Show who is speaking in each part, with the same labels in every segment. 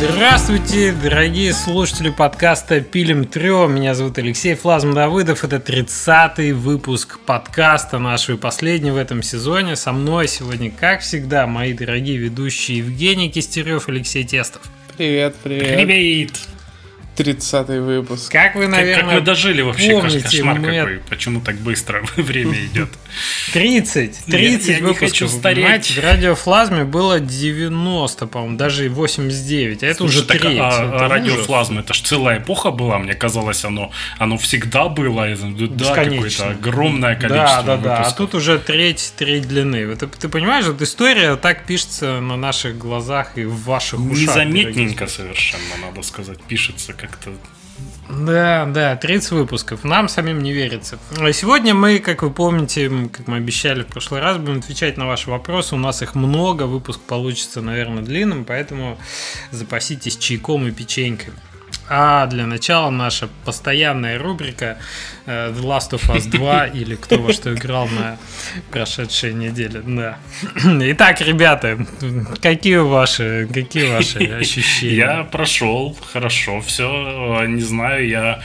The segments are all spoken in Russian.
Speaker 1: Здравствуйте, дорогие слушатели подкаста «Пилим трё». Меня зовут Алексей Флазм-Давыдов. Это 30-й выпуск подкаста, нашего последнего в этом сезоне. Со мной сегодня, как всегда, мои дорогие ведущие Евгений Кистерев, Алексей Тестов.
Speaker 2: Привет.
Speaker 1: Привет.
Speaker 2: 30-й выпуск.
Speaker 1: Как вы, наверное,
Speaker 3: как вы дожили вообще,
Speaker 1: помните,
Speaker 3: кошмар какой. Почему так быстро время идет?
Speaker 1: 30
Speaker 3: я не
Speaker 1: выпусков.
Speaker 3: хочу стареть.
Speaker 1: В радиофлазме было 90, по-моему, даже 89. А это
Speaker 3: Слушай,
Speaker 1: уже треть. Это
Speaker 3: радиофлазма, это ж целая эпоха была, мне казалось, оно всегда было. Да, какое-то огромное количество выпусков.
Speaker 1: А тут уже треть длины. Ты понимаешь, вот история так пишется на наших глазах и в ваших ушах.
Speaker 3: Незаметненько совершенно, надо сказать, пишется как-то.
Speaker 1: Да, 30 выпусков. Нам самим не верится. Сегодня мы, как вы помните, как мы обещали в прошлый раз, будем отвечать на ваши вопросы. У нас их много, выпуск получится, наверное, длинным, поэтому запаситесь чайком и печеньками. А для начала наша постоянная рубрика The Last of Us 2 или кто во что играл на прошедшей неделе. Да. Итак, ребята, какие ваши ощущения?
Speaker 3: Я прошел, хорошо, все, не знаю, я...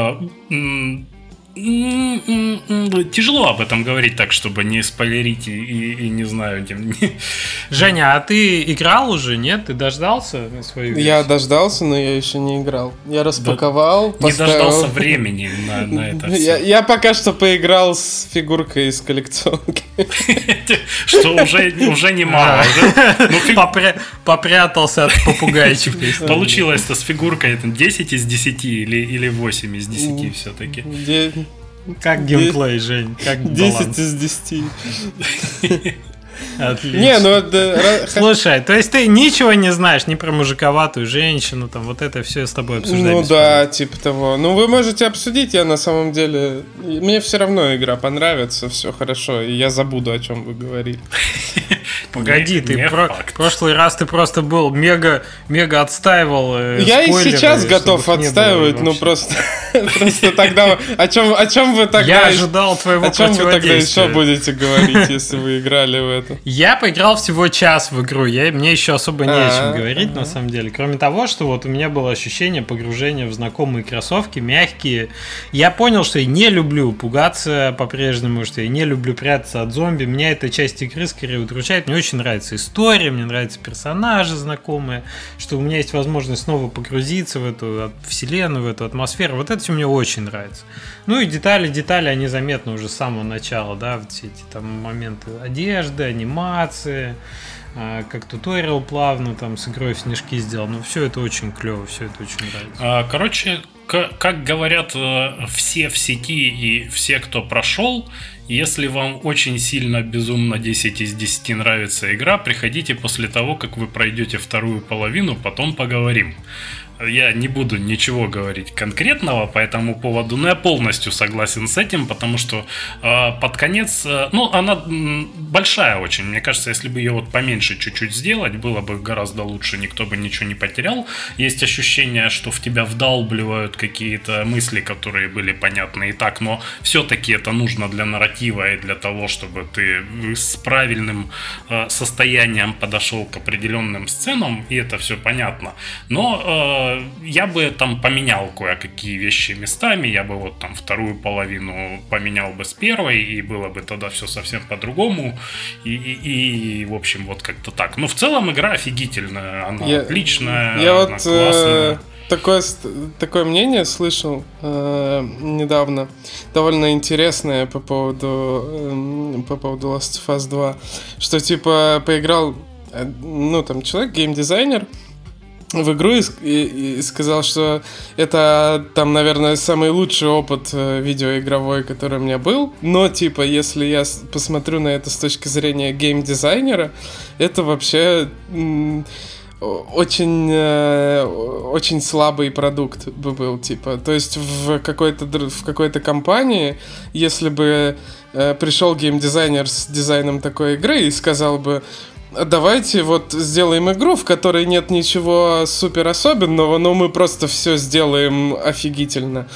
Speaker 3: Тяжело об этом говорить так, чтобы не спойлерить и не знаю.
Speaker 1: Женя, а ты играл уже, нет? Ты дождался свою версию?
Speaker 2: Я дождался, но я еще не играл. Я распаковал, поставил...
Speaker 3: Не дождался времени на это все.
Speaker 2: Я пока что поиграл с фигуркой из коллекционки.
Speaker 3: Что уже немало.
Speaker 1: Попрятался от попугайчика.
Speaker 3: Получилось-то с фигуркой 10 из 10 или 8 из 10 все-таки.
Speaker 1: Как геймплей, Жень? Как
Speaker 2: 10 из 10.
Speaker 1: Отлично.
Speaker 2: Не,
Speaker 1: слушай, то есть ты ничего не знаешь ни про мужиковатую женщину, там вот это все с тобой обсуждаем.
Speaker 2: Ну да, типа того. Ну вы можете обсудить, я на самом деле... Мне все равно игра понравится, все хорошо, и я забуду, о чем вы говорили.
Speaker 1: Погоди, ты в прошлый раз ты просто был мега отстаивал
Speaker 2: я и сейчас готов отстаивать, но просто тогда... О чем вы тогда...
Speaker 1: Я ожидал твоего противодействия.
Speaker 2: О чем вы тогда еще будете говорить, если вы играли в это?
Speaker 1: Я поиграл всего час в игру, мне еще особо не о чем говорить, на самом деле. Кроме того, что вот у меня было ощущение погружения в знакомые кроссовки, мягкие. Я понял, что я не люблю пугаться по-прежнему, что я не люблю прятаться от зомби. Меня эта часть игры скорее удручает. Мне очень нравится история, мне нравятся персонажи знакомые, что у меня есть возможность снова погрузиться в эту вселенную, в эту атмосферу. Вот это все мне очень нравится. Ну и детали, они заметны уже с самого начала, да, все эти там моменты одежды, анимации, как туториал плавно там с игрой в снежки сделал. Ну, все это очень клево, все это очень нравится.
Speaker 3: Короче, как говорят все в сети и все, кто прошел, если вам очень сильно, безумно 10 из 10 нравится игра, приходите после того, как вы пройдете вторую половину, потом поговорим. Я не буду ничего говорить конкретного по этому поводу, но я полностью согласен с этим, потому что под конец, она большая очень. Мне кажется, если бы ее вот поменьше чуть-чуть сделать, было бы гораздо лучше, никто бы ничего не потерял. Есть ощущение, что в тебя вдалбливают какие-то мысли, которые были понятны и так, но все-таки это нужно для нарратива и для того, чтобы ты с правильным состоянием подошел к определенным сценам, и это все понятно. Но я бы там поменял кое-какие вещи местами, я бы вот там вторую половину поменял бы с первой, и было бы тогда все совсем по-другому, и в общем, вот как-то так. Но в целом игра офигительная, она отличная, она классная.
Speaker 2: Такое мнение слышал недавно, довольно интересное по поводу Last of Us 2, что типа поиграл, там человек, геймдизайнер, в игру и сказал, что это там, наверное, самый лучший опыт видеоигровой, который у меня был. Но, типа, если я посмотрю на это с точки зрения геймдизайнера, это вообще очень слабый продукт бы был, типа. То есть в какой-то компании, если бы пришел геймдизайнер с дизайном такой игры и сказал бы: давайте вот сделаем игру, в которой нет ничего супер особенного, но мы просто все сделаем офигительно.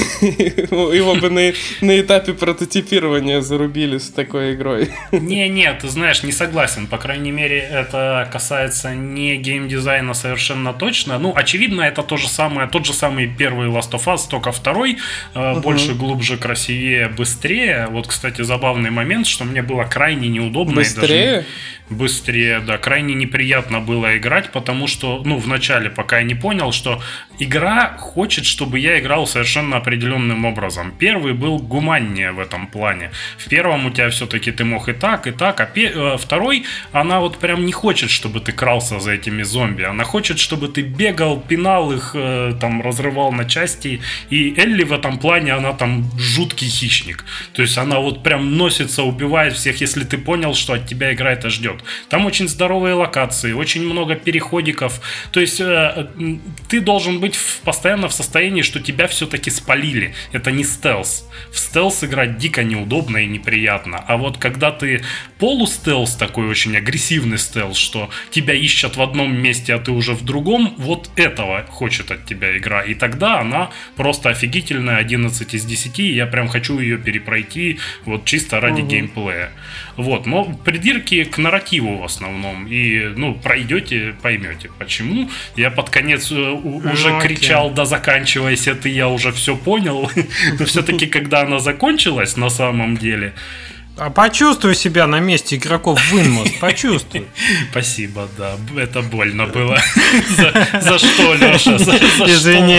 Speaker 2: Его бы на этапе прототипирования зарубили с такой игрой.
Speaker 3: Не, ты знаешь, не согласен. По крайней мере, это касается не геймдизайна совершенно точно. Ну, очевидно, это тот же самый первый Last of Us, только второй. Больше, глубже, красивее, быстрее. Вот, кстати, забавный момент, что мне было крайне неудобно.
Speaker 2: Быстрее?
Speaker 3: Быстрее, да. Крайне неприятно было играть, потому что, вначале, пока я не понял, что игра хочет, чтобы я играл совершенно определенным образом. Первый был гуманнее в этом плане. В первом у тебя все-таки ты мог и так, а второй, она вот прям не хочет, чтобы ты крался за этими зомби. Она хочет, чтобы ты бегал, пинал их, там, разрывал на части. И Элли в этом плане, она там жуткий хищник. То есть она вот прям носится, убивает всех, если ты понял, что от тебя игра это ждет. Там очень здоровые локации, очень много переходиков. То есть ты должен быть постоянно в состоянии, что тебя все-таки спалили. Это не стелс. В стелс играть дико неудобно и неприятно. А вот когда ты полустелс, такой очень агрессивный стелс, что тебя ищут в одном месте, а ты уже в другом, вот этого хочет от тебя игра. И тогда она просто офигительная, 11 из 10. И я прям хочу ее перепройти вот чисто ради геймплея. Вот. Но придирки к нарративу в основном. И, пройдете, поймете, почему. Я под конец уже кричал: да заканчивайся ты, я уже все понял. Но все-таки, когда она закончилась на самом деле...
Speaker 1: А почувствуй себя на месте игроков в Inmost, почувствуй.
Speaker 3: Спасибо, да, это больно было. За что, Леша?
Speaker 1: Извини,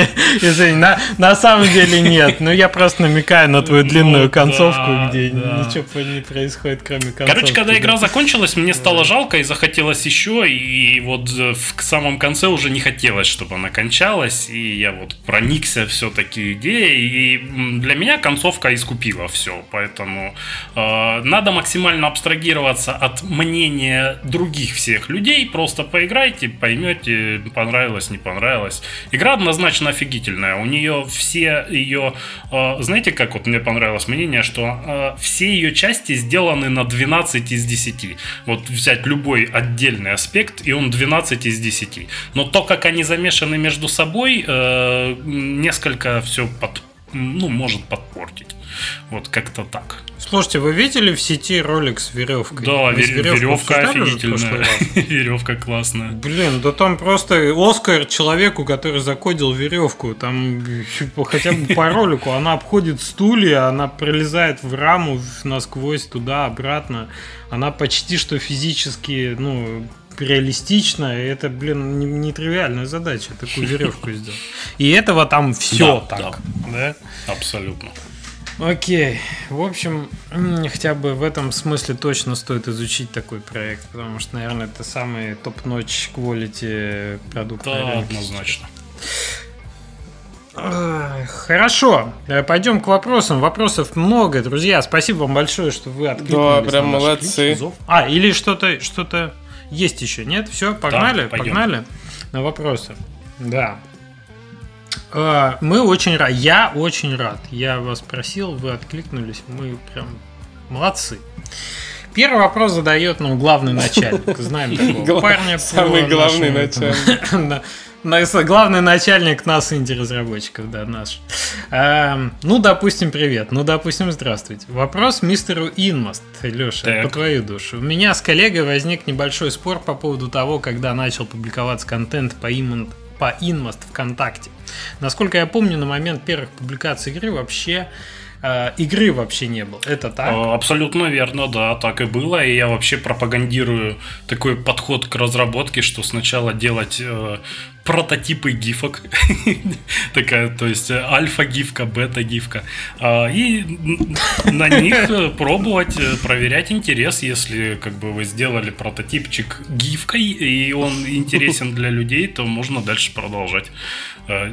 Speaker 1: на самом деле нет. Но я просто намекаю на твою длинную концовку, где ничего не происходит, кроме концовки.
Speaker 3: Короче, когда игра закончилась, мне стало жалко и захотелось еще. И вот в самом конце уже не хотелось, чтобы она кончалась. И я вот проникся все-таки идеей. И для меня концовка искупила все. Поэтому... надо максимально абстрагироваться от мнения других всех людей. Просто поиграйте, поймете, понравилось, не понравилось. Игра однозначно офигительная. У нее все ее... знаете, как вот мне понравилось мнение, что все ее части сделаны на 12 из 10. Вот взять любой отдельный аспект, и он 12 из 10. Но то, как они замешаны между собой, несколько все может подпортить. Вот как-то так.
Speaker 1: Слушайте, вы видели в сети ролик с веревкой?
Speaker 3: Да, веревка офигительная. Веревка классная.
Speaker 1: Блин, да там просто Оскар человеку, который закодил веревку. Там хотя бы по ролику она обходит стулья, она пролезает в раму насквозь туда-обратно. Она почти что физически, реалистично. Это, нетривиальная задача, такую веревку сделать. И этого там все так. Да?
Speaker 3: Абсолютно.
Speaker 1: Окей. В общем, хотя бы в этом смысле точно стоит изучить такой проект, потому что, наверное, это самый топ-нотч quality продукт.
Speaker 3: Да, однозначно.
Speaker 1: Хорошо, пойдем к вопросам. Вопросов много, друзья. Спасибо вам большое, что вы откликнулись.
Speaker 2: Да, прям молодцы.
Speaker 1: Или что-то есть еще? Нет? Все, погнали? Да, погнали на вопросы. Да. Мы очень рады. Я очень рад. Я вас просил, вы откликнулись. Мы прям молодцы. Первый вопрос задает главный начальник. Знаем такого парня.
Speaker 2: Самый главный начальник.
Speaker 1: Главный начальник нас, инди-разработчиков, да, наш. Допустим, привет. Допустим, здравствуйте. Вопрос мистеру Inmost. Леша, по твою душу. У меня с коллегой возник небольшой спор по поводу того, когда начал публиковаться контент по Inmost ВКонтакте. Насколько я помню, на момент первых публикаций игры вообще не было. Это так?
Speaker 3: Абсолютно верно, да, так и было. И я вообще пропагандирую такой подход к разработке, что сначала делать прототипы гифок. Такая, то есть альфа-гифка, бета-гифка. И на них пробовать, проверять интерес. Если вы сделали прототипчик гифкой, и он интересен для людей, то можно дальше продолжать.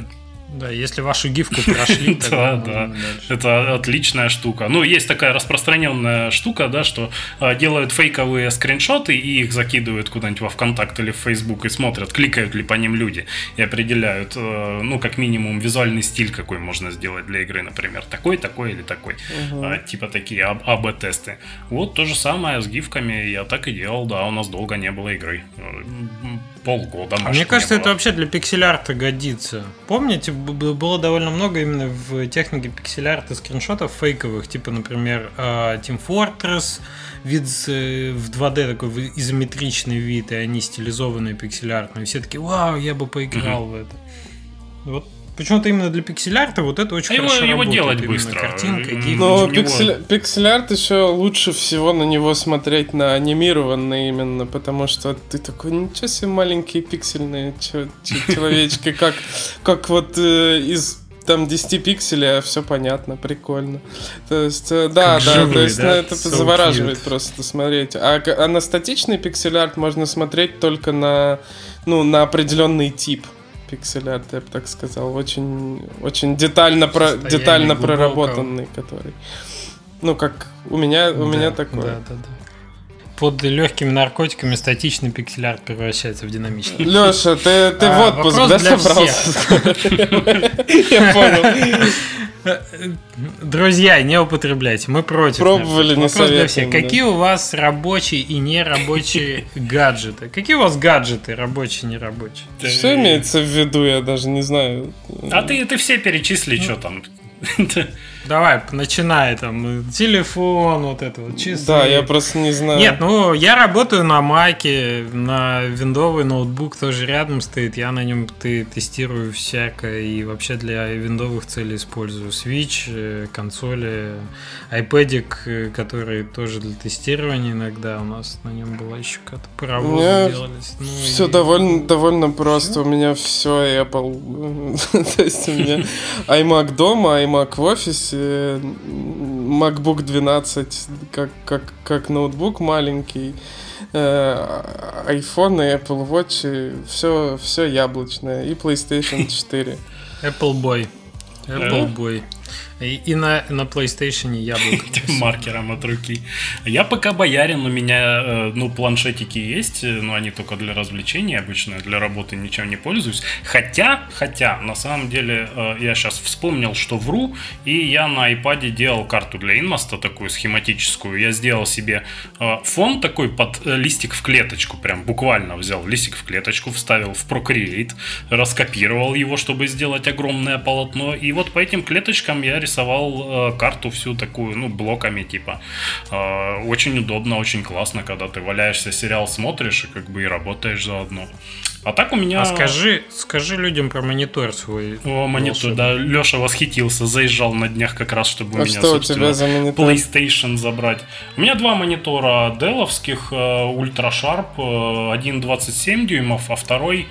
Speaker 1: Да, если вашу гифку прошли,
Speaker 3: да, это отличная штука. Ну, есть такая распространенная штука, да, что делают фейковые скриншоты и их закидывают куда-нибудь во ВКонтакт или в Facebook и смотрят, кликают ли по ним люди и определяют, ну, как минимум, визуальный стиль, какой можно сделать для игры, например, такой или такой. Типа такие АБ-тесты. Вот то же самое с гифками я так и делал, да, у нас долго не было игры. Полгода, может,
Speaker 1: мне кажется, это вообще для пиксель-арта годится. Помните, было довольно много именно в технике пиксель-арта скриншотов фейковых, типа, например, Team Fortress, вид в 2D, такой изометричный вид, и они стилизованные пиксель-артные. Все такие, вау, я бы поиграл в это. Вот. Почему-то именно для пиксель-арта вот это очень хорошо
Speaker 3: его
Speaker 1: работает.
Speaker 3: делать быстро.
Speaker 1: Картинка,
Speaker 2: но пиксель-арт еще лучше всего на него смотреть на анимированный именно, потому что ты такой, ничего себе, маленькие пиксельные человечки, как вот из там 10 пикселей, а все понятно, прикольно. То есть, да, то есть это завораживает просто смотреть. А на статичный пиксель-арт можно смотреть только на определенный тип пиксель-арт, я бы так сказал, очень, очень детально проработанный, который, ну, как у меня такое. Да.
Speaker 1: Под легкими наркотиками статичный пиксель-арт превращается в динамичный.
Speaker 2: Леша, ты в отпуск, да, собрался? Я понял.
Speaker 1: Друзья, не употребляйте, мы против.
Speaker 2: Пробовали, не советуем.
Speaker 1: Для всех. Какие у вас рабочие и нерабочие гаджеты? Какие у вас гаджеты рабочие, нерабочие?
Speaker 2: Что имеется в виду, я даже не знаю.
Speaker 3: А ты все перечисли, что там?
Speaker 1: Давай, начинай там, телефон, вот это вот, часы.
Speaker 2: Да, я просто не знаю.
Speaker 1: Нет, ну, я работаю на Маке, на виндовый ноутбук тоже рядом стоит, я на нем тестирую всякое, и вообще для виндовых целей использую Switch, консоли, iPadик, который тоже для тестирования иногда у нас на нем была еще какая-то паровозы делались. Ну,
Speaker 2: все довольно просто, у меня все Apple, то есть у меня iMac дома, iMac в офисе, MacBook 12 как ноутбук маленький, iPhone и Apple Watch, все яблочное, и PlayStation 4.
Speaker 1: Apple Boy. И на PlayStation яблоко.
Speaker 3: Маркером от руки. Я пока боярин, у меня планшетики есть, но они только для развлечений обычно, для работы ничем не пользуюсь. Хотя, на самом деле, я сейчас вспомнил, что вру, и я на iPad делал карту для Инмоста, такую схематическую. Я сделал себе фон такой под листик в клеточку, прям буквально взял листик в клеточку, вставил в Procreate, раскопировал его, чтобы сделать огромное полотно, и вот по этим клеточкам я рисовал карту всю такую, блоками типа. Очень удобно, очень классно, когда ты валяешься, сериал смотришь и как бы и работаешь заодно. А так у меня...
Speaker 1: А скажи людям про монитор свой.
Speaker 3: Монитор, да. Леша восхитился, заезжал на днях как раз, чтобы у меня,
Speaker 2: что собственно, у тебя за монитор?
Speaker 3: PlayStation забрать. У меня два монитора деловских, Ultra Sharp, один 27 дюймов, а второй...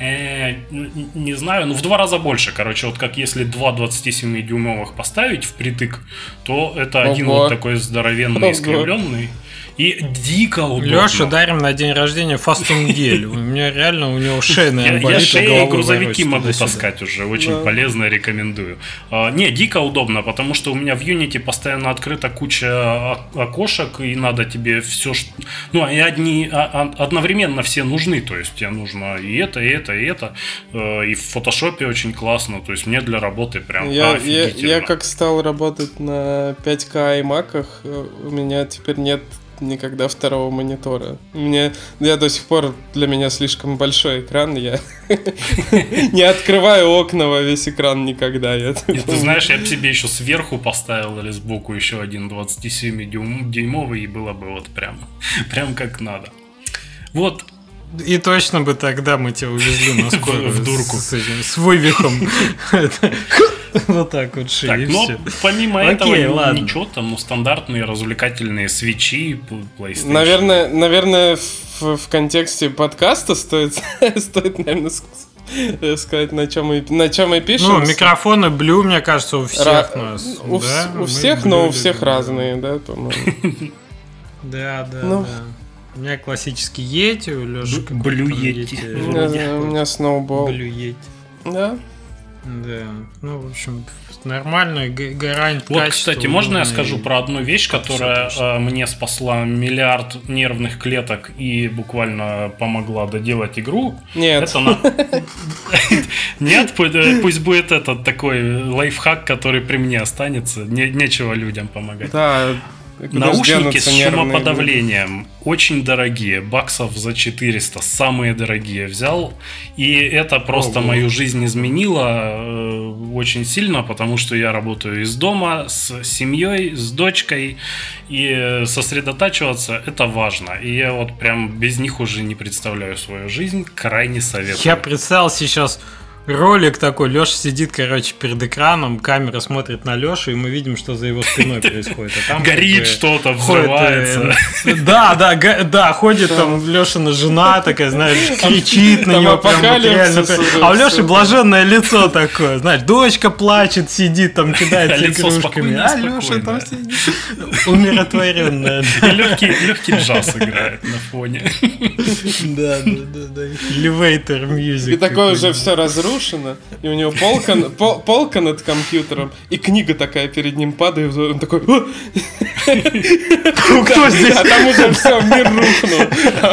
Speaker 3: не знаю, в 2 раза больше. Короче, вот как если два 27-дюймовых поставить впритык, то это один вот такой здоровенный, искривленный. И дико удобно.
Speaker 1: Леша дарим на день рождения фастун гель. У меня реально, у него шея, наверное, болит.
Speaker 3: Я шеи и грузовики могу таскать уже. Очень полезно, рекомендую. Не, дико удобно, потому что у меня в Unity постоянно открыта куча окошек, и надо тебе все... и одни одновременно все нужны. То есть тебе нужно и это, и это, и это. И в фотошопе очень классно. То есть мне для работы прям офигительно.
Speaker 2: Я как стал работать на 5К iMac'ах, у меня теперь нет никогда второго монитора. Я до сих пор, для меня слишком большой экран, я не открываю окна во весь экран никогда.
Speaker 3: Ты знаешь, я бы себе еще сверху поставил или сбоку еще один 27-дюймовый, и было бы вот прям как надо. Вот.
Speaker 1: И точно бы тогда мы тебя увезли на скорую
Speaker 3: в дурку
Speaker 1: с вывихом. Вот так вот шили.
Speaker 3: Но помимо этого ничего там, стандартные развлекательные свечи, PlayStation.
Speaker 2: Наверное, в контексте подкаста стоит, наверное, сказать, на чем мы пишем.
Speaker 1: Микрофоны Blue, мне кажется, у всех нас.
Speaker 2: У всех, но у всех разные, да, по-моему.
Speaker 1: Да. У меня классический Yeti, у Лёши
Speaker 3: Blue Yeti.
Speaker 2: У меня Snowball.
Speaker 1: Blue Yeti.
Speaker 2: Да.
Speaker 1: Да, ну, в общем, нормальная гарантия.
Speaker 3: Вот, кстати, можно я скажу про одну вещь, которая мне спасла миллиард нервных клеток и буквально помогла доделать игру?
Speaker 2: Нет.
Speaker 3: Нет, пусть будет этот такой лайфхак, который при мне останется. Нечего людям помогать.
Speaker 2: Да.
Speaker 3: Наушники с шумоподавлением очень дорогие, баксов за 400, самые дорогие взял. И это просто мою жизнь изменило очень сильно, потому что я работаю из дома, с семьей, с дочкой. И сосредотачиваться это важно. И я вот прям без них уже не представляю свою жизнь. Крайне советую.
Speaker 1: Я представил сейчас... Ролик такой, Леша сидит, короче, перед экраном, камера смотрит на Лешу, и мы видим, что за его спиной происходит. А там
Speaker 3: горит что-то, взрывается.
Speaker 1: Да, ходит там Лешина жена такая, знаешь, кричит на него. А у Леши блаженное лицо такое, знаешь, дочка плачет, сидит там, кидается игрушками. А Леша там сидит, умиротворенная.
Speaker 3: Легкий джаз играет на фоне.
Speaker 1: Да. Elevator music.
Speaker 2: И такое уже все разрушено. И у него полка над компьютером, и книга такая перед ним падает, он такой... Кто здесь? А там уже все, мир рухнул.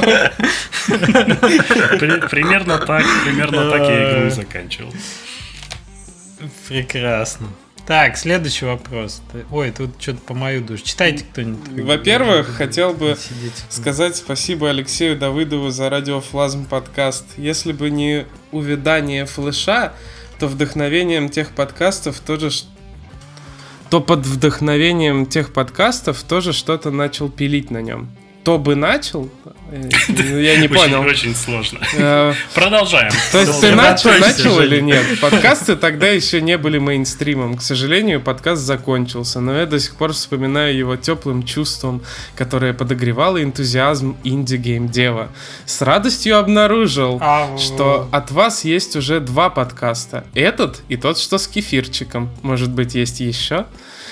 Speaker 3: Примерно так я игру заканчивал.
Speaker 1: Прекрасно. Так, следующий вопрос. Ой, тут что-то по мою душу. Читайте кто-нибудь.
Speaker 2: Во-первых, хотел бы сказать спасибо Алексею Давыдову за радиофлазм подкаст. Если бы не увядание флеша, то под вдохновением тех подкастов тоже что-то начал пилить на нем. То бы начал? Я не понял.
Speaker 3: Очень сложно. Продолжаем.
Speaker 2: То есть ты начал или нет? Подкасты тогда еще не были мейнстримом. К сожалению, подкаст закончился, но я до сих пор вспоминаю его теплым чувством, которое подогревало энтузиазм инди-гейм-дева. С радостью обнаружил, что от вас есть уже 2 подкаста. Этот и тот, что с кефирчиком. Может быть, есть еще?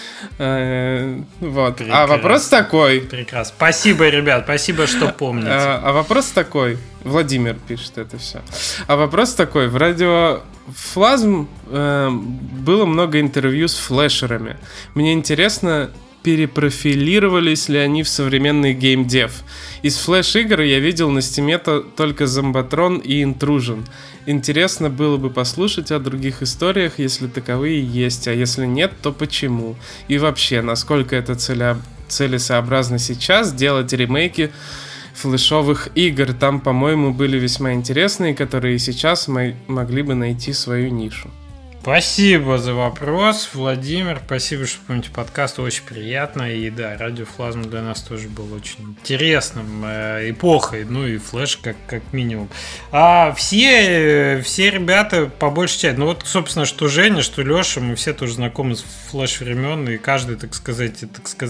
Speaker 2: Вот. Прекрасно. А вопрос такой.
Speaker 1: Прекрасно. Спасибо, ребят, спасибо, что помните.
Speaker 2: А вопрос такой. Владимир пишет это все. А вопрос такой. В радиофлазм было много интервью с флешерами. Мне интересно, перепрофилировались ли они в современный геймдев. Из флеш-игр я видел на стиме только Зомбатрон и Intrusion. Интересно было бы послушать о других историях, если таковые есть, а если нет, то почему? И вообще, насколько это целесообразно сейчас делать ремейки флешовых игр? Там, по-моему, были весьма интересные, которые сейчас могли бы найти свою нишу.
Speaker 1: Спасибо за вопрос, Владимир. Спасибо, что помните подкаст. Очень приятно. И да, радиофлазм для нас тоже был очень интересным эпохой. Ну и флеш как минимум. А все ребята по большей части, ну вот, собственно, что Женя, что Леша, мы все тоже знакомы с флеш времен. И каждый, так сказать,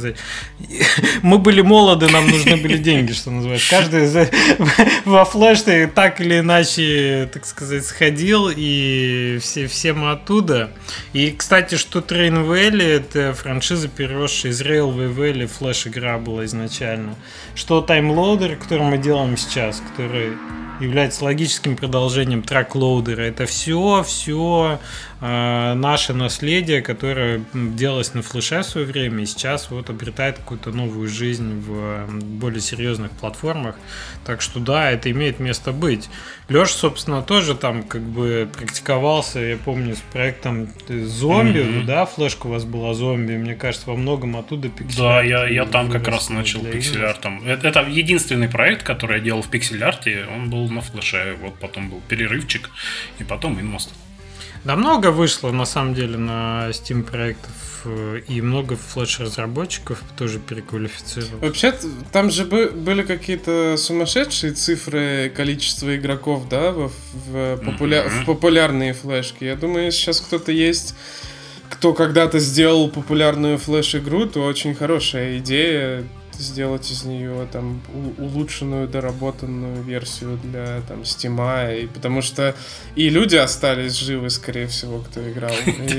Speaker 1: мы были молоды, нам нужны были деньги, что называется. Каждый во флеш так или иначе, так сказать, сходил. И все мы оттуда. И, кстати, что Train Valley — это франшиза, переросшая из Railway Valley, флеш-игра была изначально. Что Time Loader, который мы делаем сейчас, который является логическим продолжением Track Loader, это все наше наследие, которое делалось на флеше в свое время, и сейчас вот обретает какую-то новую жизнь в более серьезных платформах. Так что да, это имеет место быть. Леша, собственно, тоже там как бы практиковался, я помню, с проектом зомби, да, флешка у вас была зомби, мне кажется, во многом оттуда пиксель-арт.
Speaker 3: Да, я там как раз начал пиксель-артом. Это единственный проект, который я делал в пиксель-арте, он был на флеше, вот потом был перерывчик, и потом Инмост.
Speaker 1: Да, много вышло, на самом деле, на Steam проектов, и много флеш-разработчиков тоже переквалифицировалось.
Speaker 2: Вообще, там же были какие-то сумасшедшие цифры количества игроков, да, в популярные флешки. Я думаю, сейчас кто-то есть, кто когда-то сделал популярную флеш-игру, то очень хорошая идея сделать из нее там улучшенную, доработанную версию для там Стима, и потому что и люди остались живы, скорее всего, кто играл.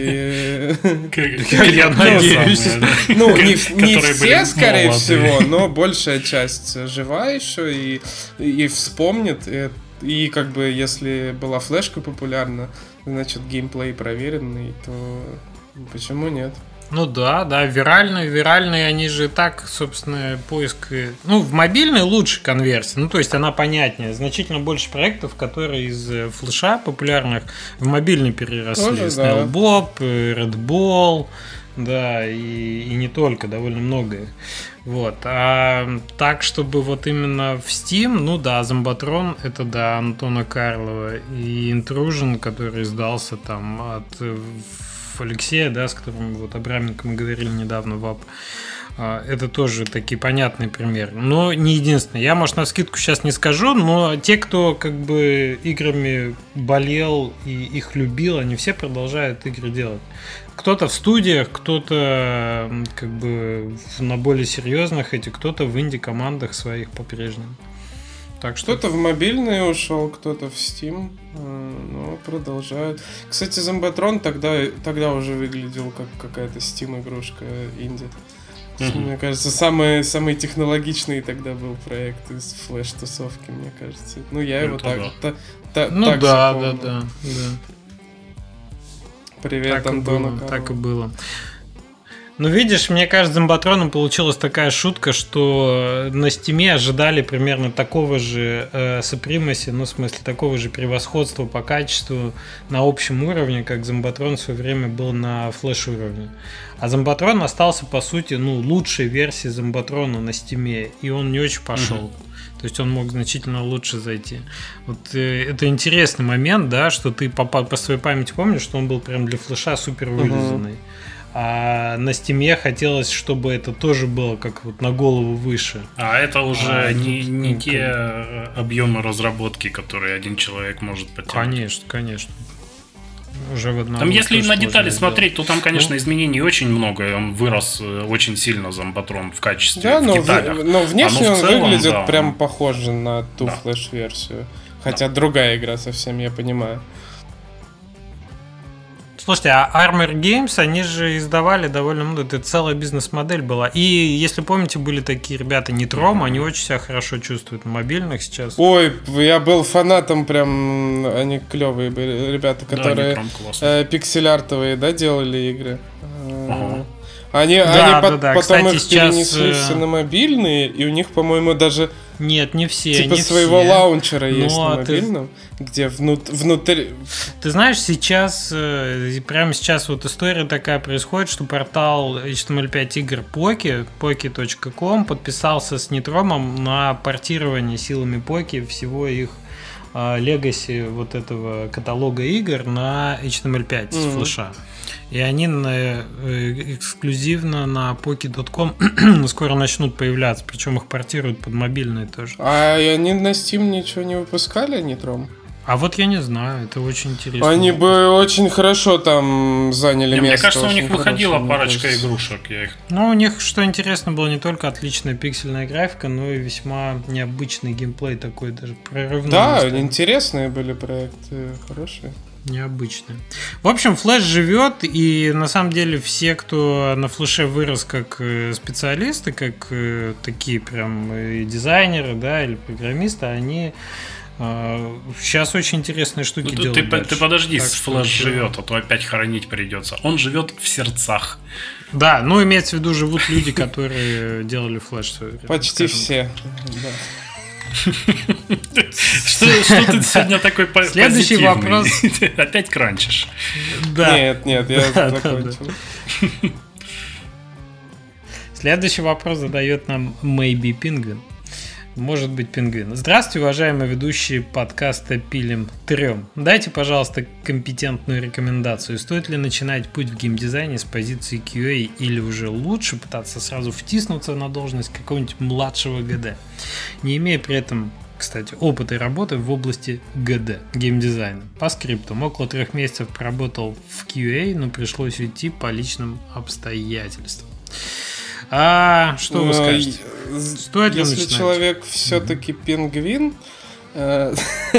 Speaker 1: Я надеюсь.
Speaker 2: Ну, не все, скорее всего, но большая часть жива еще и вспомнит. И как бы, если была флешка популярна, значит геймплей проверенный, то почему нет?
Speaker 1: Ну да, виральные, они же так, собственно, поиск... Ну, в мобильной лучше конверсия, ну, то есть она понятнее. Значительно больше проектов, которые из флеша популярных в мобильный переросли. Snailbob, Red Ball, да, и не только, довольно многое. Вот, а так, чтобы вот именно в Steam, ну да, Зомбатрон, это да, Антона Карлова, и Intrusion, который издался там от... Алексея, да, с которым вот Абраменко мы говорили недавно в АП. Это тоже такие понятные примеры. Но не единственное. Я, может, навскидку сейчас не скажу, но те, кто как бы играми болел и их любил, они все продолжают игры делать. Кто-то в студиях, кто-то как бы на более серьезных кто-то в инди-командах своих по-прежнему. Так что...
Speaker 2: Кто-то в мобильный ушел, кто-то в Steam, но продолжают. Кстати, Зомбатрон тогда уже выглядел как какая-то Steam-игрушка инди. Мне кажется, самый технологичный тогда был проект из флеш-тусовки, мне кажется. Ну, я его так
Speaker 1: да.
Speaker 2: Привет, Антону.
Speaker 1: Так и было. Ну, видишь, мне кажется, Зомбатроном получилась такая шутка, что на Стиме ожидали примерно такого же supremacy, ну, в смысле, такого же превосходства по качеству на общем уровне, как Зомбатрон в свое время был на флеш-уровне. А Зомбатрон остался, по сути, ну, лучшей версией Зомбатрона на Стиме, и он не очень пошел. То есть он мог значительно лучше зайти. Вот это интересный момент, да, что ты по своей памяти помнишь, что он был прям для флеша супер вылизанный. А на Стиме хотелось, чтобы это тоже было как вот на голову выше.
Speaker 3: А это уже не те объемы разработки, которые один человек может потянуть.
Speaker 1: Конечно. Уже в
Speaker 3: там, если на детали смотреть, то там, конечно, изменений очень много. Он вырос очень сильно, Зомбатрон, в качестве,
Speaker 2: да,
Speaker 3: в деталях.
Speaker 2: Но внешне он выглядит прям похоже на ту флеш-версию. Хотя другая игра совсем, я понимаю.
Speaker 1: Слушайте, а Armor Games, они же издавали довольно много, это целая бизнес-модель была. И, если помните, были такие ребята Nitrom, они очень себя хорошо чувствуют на мобильных сейчас.
Speaker 2: Ой, я был фанатом прям, они клевые были ребята, которые пиксель-артовые, да, делали игры. Они потом их перенесли все на мобильные, и у них, по-моему, даже...
Speaker 1: Нет, не все.
Speaker 2: Типа
Speaker 1: не
Speaker 2: своего
Speaker 1: все.
Speaker 2: Лаунчера есть на мобильном, где внутри...
Speaker 1: Ты знаешь, сейчас, прямо сейчас вот история такая происходит, что портал HTML5 игр Poki.com подписался с Нитромом на портирование силами Poki всего их легаси вот этого каталога игр на HTML5 с флеша. И они эксклюзивно на Poki.com скоро начнут появляться, причем их портируют под мобильные тоже.
Speaker 2: А они на Steam ничего не выпускали, Nitrом?
Speaker 1: А вот я не знаю, это очень интересно.
Speaker 2: Они бы очень хорошо там заняли место.
Speaker 3: Мне кажется, у них выходила парочка игрушек.
Speaker 1: Ну, у них, что интересно, было не только отличная пиксельная графика, но и весьма необычный геймплей такой, даже прорывной.
Speaker 2: Да, интересные были проекты, хорошие.
Speaker 1: Необычно. В общем, флеш живет, и на самом деле все, кто на флеше вырос как специалисты, как такие прям дизайнеры, да, или программисты, они сейчас очень интересные штуки делают.
Speaker 3: Ты подожди, флеш живет, а то опять хоронить придется. Он живет в сердцах.
Speaker 1: Да, ну имеется в виду, живут люди, которые делали флеш в свое время.
Speaker 2: Почти все.
Speaker 3: Что ты сегодня такой позитивный?
Speaker 1: Следующий вопрос.
Speaker 3: Опять кранчишь.
Speaker 2: Да. Нет, я закончил.
Speaker 1: Следующий вопрос задает нам Maybe Penguin. Может быть, Пингвин. Здравствуйте, уважаемые ведущие подкаста «Пилим трем». Дайте, пожалуйста, компетентную рекомендацию. Стоит ли начинать путь в геймдизайне с позиции QA или уже лучше пытаться сразу втиснуться на должность какого-нибудь младшего ГД, не имея при этом, кстати, опыта и работы в области ГД, геймдизайна. По скриптам. Около 3 месяцев проработал в QA, но пришлось уйти по личным обстоятельствам. А что вы скажете? Стоит ли
Speaker 2: если
Speaker 1: начинать?
Speaker 2: Человек все-таки пингвин, то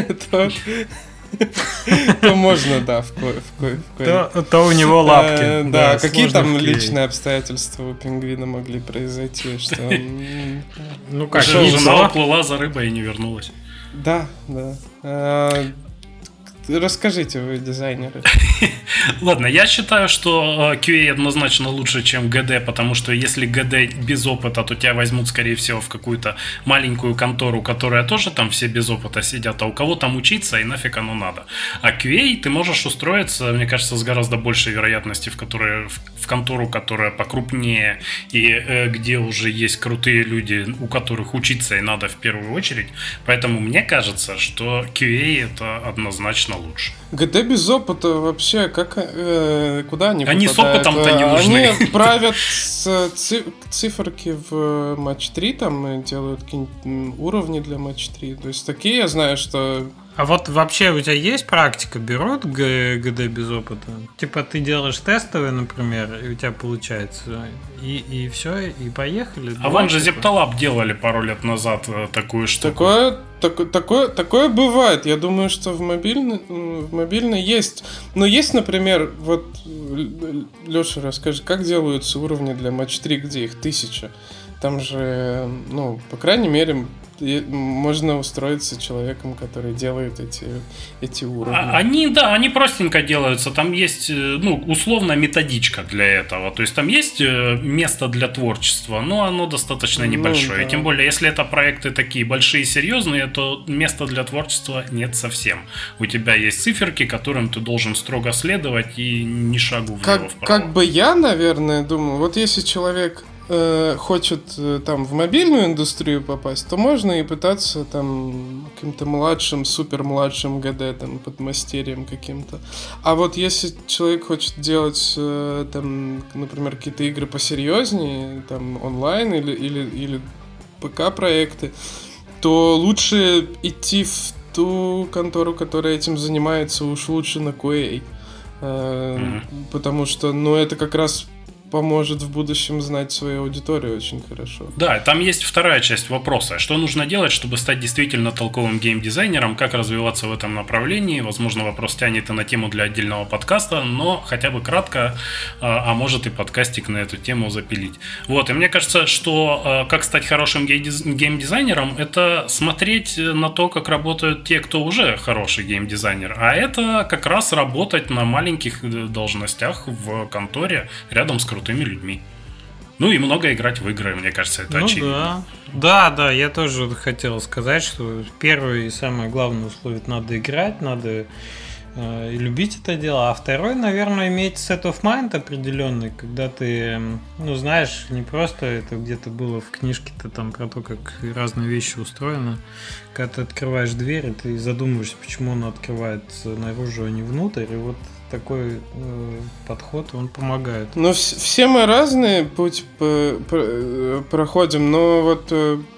Speaker 2: можно, да,
Speaker 1: то у него лапки.
Speaker 2: Да, какие там личные обстоятельства у пингвина могли произойти?
Speaker 3: Ну как, жена уплыла за рыбой и не вернулась.
Speaker 2: Да. расскажите, вы дизайнеры.
Speaker 3: Ладно, я считаю, что QA однозначно лучше, чем GD, потому что если GD без опыта, то тебя возьмут, скорее всего, в какую-то маленькую контору, которая тоже там все без опыта сидят, а у кого там учиться, и нафиг оно надо. А QA ты можешь устроиться, мне кажется, с гораздо большей вероятностью в контору, которая покрупнее, и где уже есть крутые люди, у которых учиться и надо в первую очередь. Поэтому мне кажется, что QA это однозначно лучше.
Speaker 2: ГД без опыта вообще, куда они попадают?
Speaker 3: Они с опытом-то не нужны.
Speaker 2: Они правят циферки в матч 3, там делают какие-нибудь уровни для матч 3. То есть такие я знаю, что...
Speaker 1: А вот вообще у тебя есть практика? Берут ГД без опыта? Типа ты делаешь тестовые, например, и у тебя получается, и все, и поехали.
Speaker 3: А вон же Zeptalab делали пару лет назад такую штуку.
Speaker 2: Такое бывает. Я думаю, что в мобильной есть. Но есть, например, вот, Леша, расскажи, как делаются уровни для матч 3, где их 1000? Там же, по крайней мере... можно устроиться человеком, который делает эти уровни.
Speaker 3: Они простенько делаются. Там есть, условно, методичка для этого. То есть там есть место для творчества, но оно достаточно небольшое. Да. Тем более, если это проекты такие большие и серьезные, то места для творчества нет совсем. У тебя есть циферки, которым ты должен строго следовать и ни шагу влево-вправо.
Speaker 2: Как бы я, наверное, думаю, вот если человек хочет там в мобильную индустрию попасть, то можно и пытаться там каким-то младшим, супер младшим ГД, там, подмастерьем каким-то. А вот если человек хочет делать там, например, какие-то игры посерьезнее, там, онлайн или ПК-проекты, то лучше идти в ту контору, которая этим занимается, уж лучше на QA. Потому что, это как раз поможет в будущем знать свою аудиторию очень хорошо.
Speaker 3: Да, там есть вторая часть вопроса. Что нужно делать, чтобы стать действительно толковым геймдизайнером? Как развиваться в этом направлении? Возможно, вопрос тянет и на тему для отдельного подкаста, но хотя бы кратко, а может и подкастик на эту тему запилить. Вот, и мне кажется, что как стать хорошим геймдизайнером, это смотреть на то, как работают те, кто уже хороший геймдизайнер. А это как раз работать на маленьких должностях в конторе рядом с крутыми людьми. И много играть в игры, мне кажется, это очевидно.
Speaker 1: Да, я тоже хотел сказать, что первое и самое главное условие — надо играть, надо любить это дело, а второй, наверное, иметь set of mind определенный, когда ты, знаешь, не просто это где-то было в книжке-то там про то, как разные вещи устроены, когда ты открываешь дверь, и ты задумываешься, почему она открывается наружу, а не внутрь, и вот такой подход, он помогает.
Speaker 2: Все мы разные путь проходим, но вот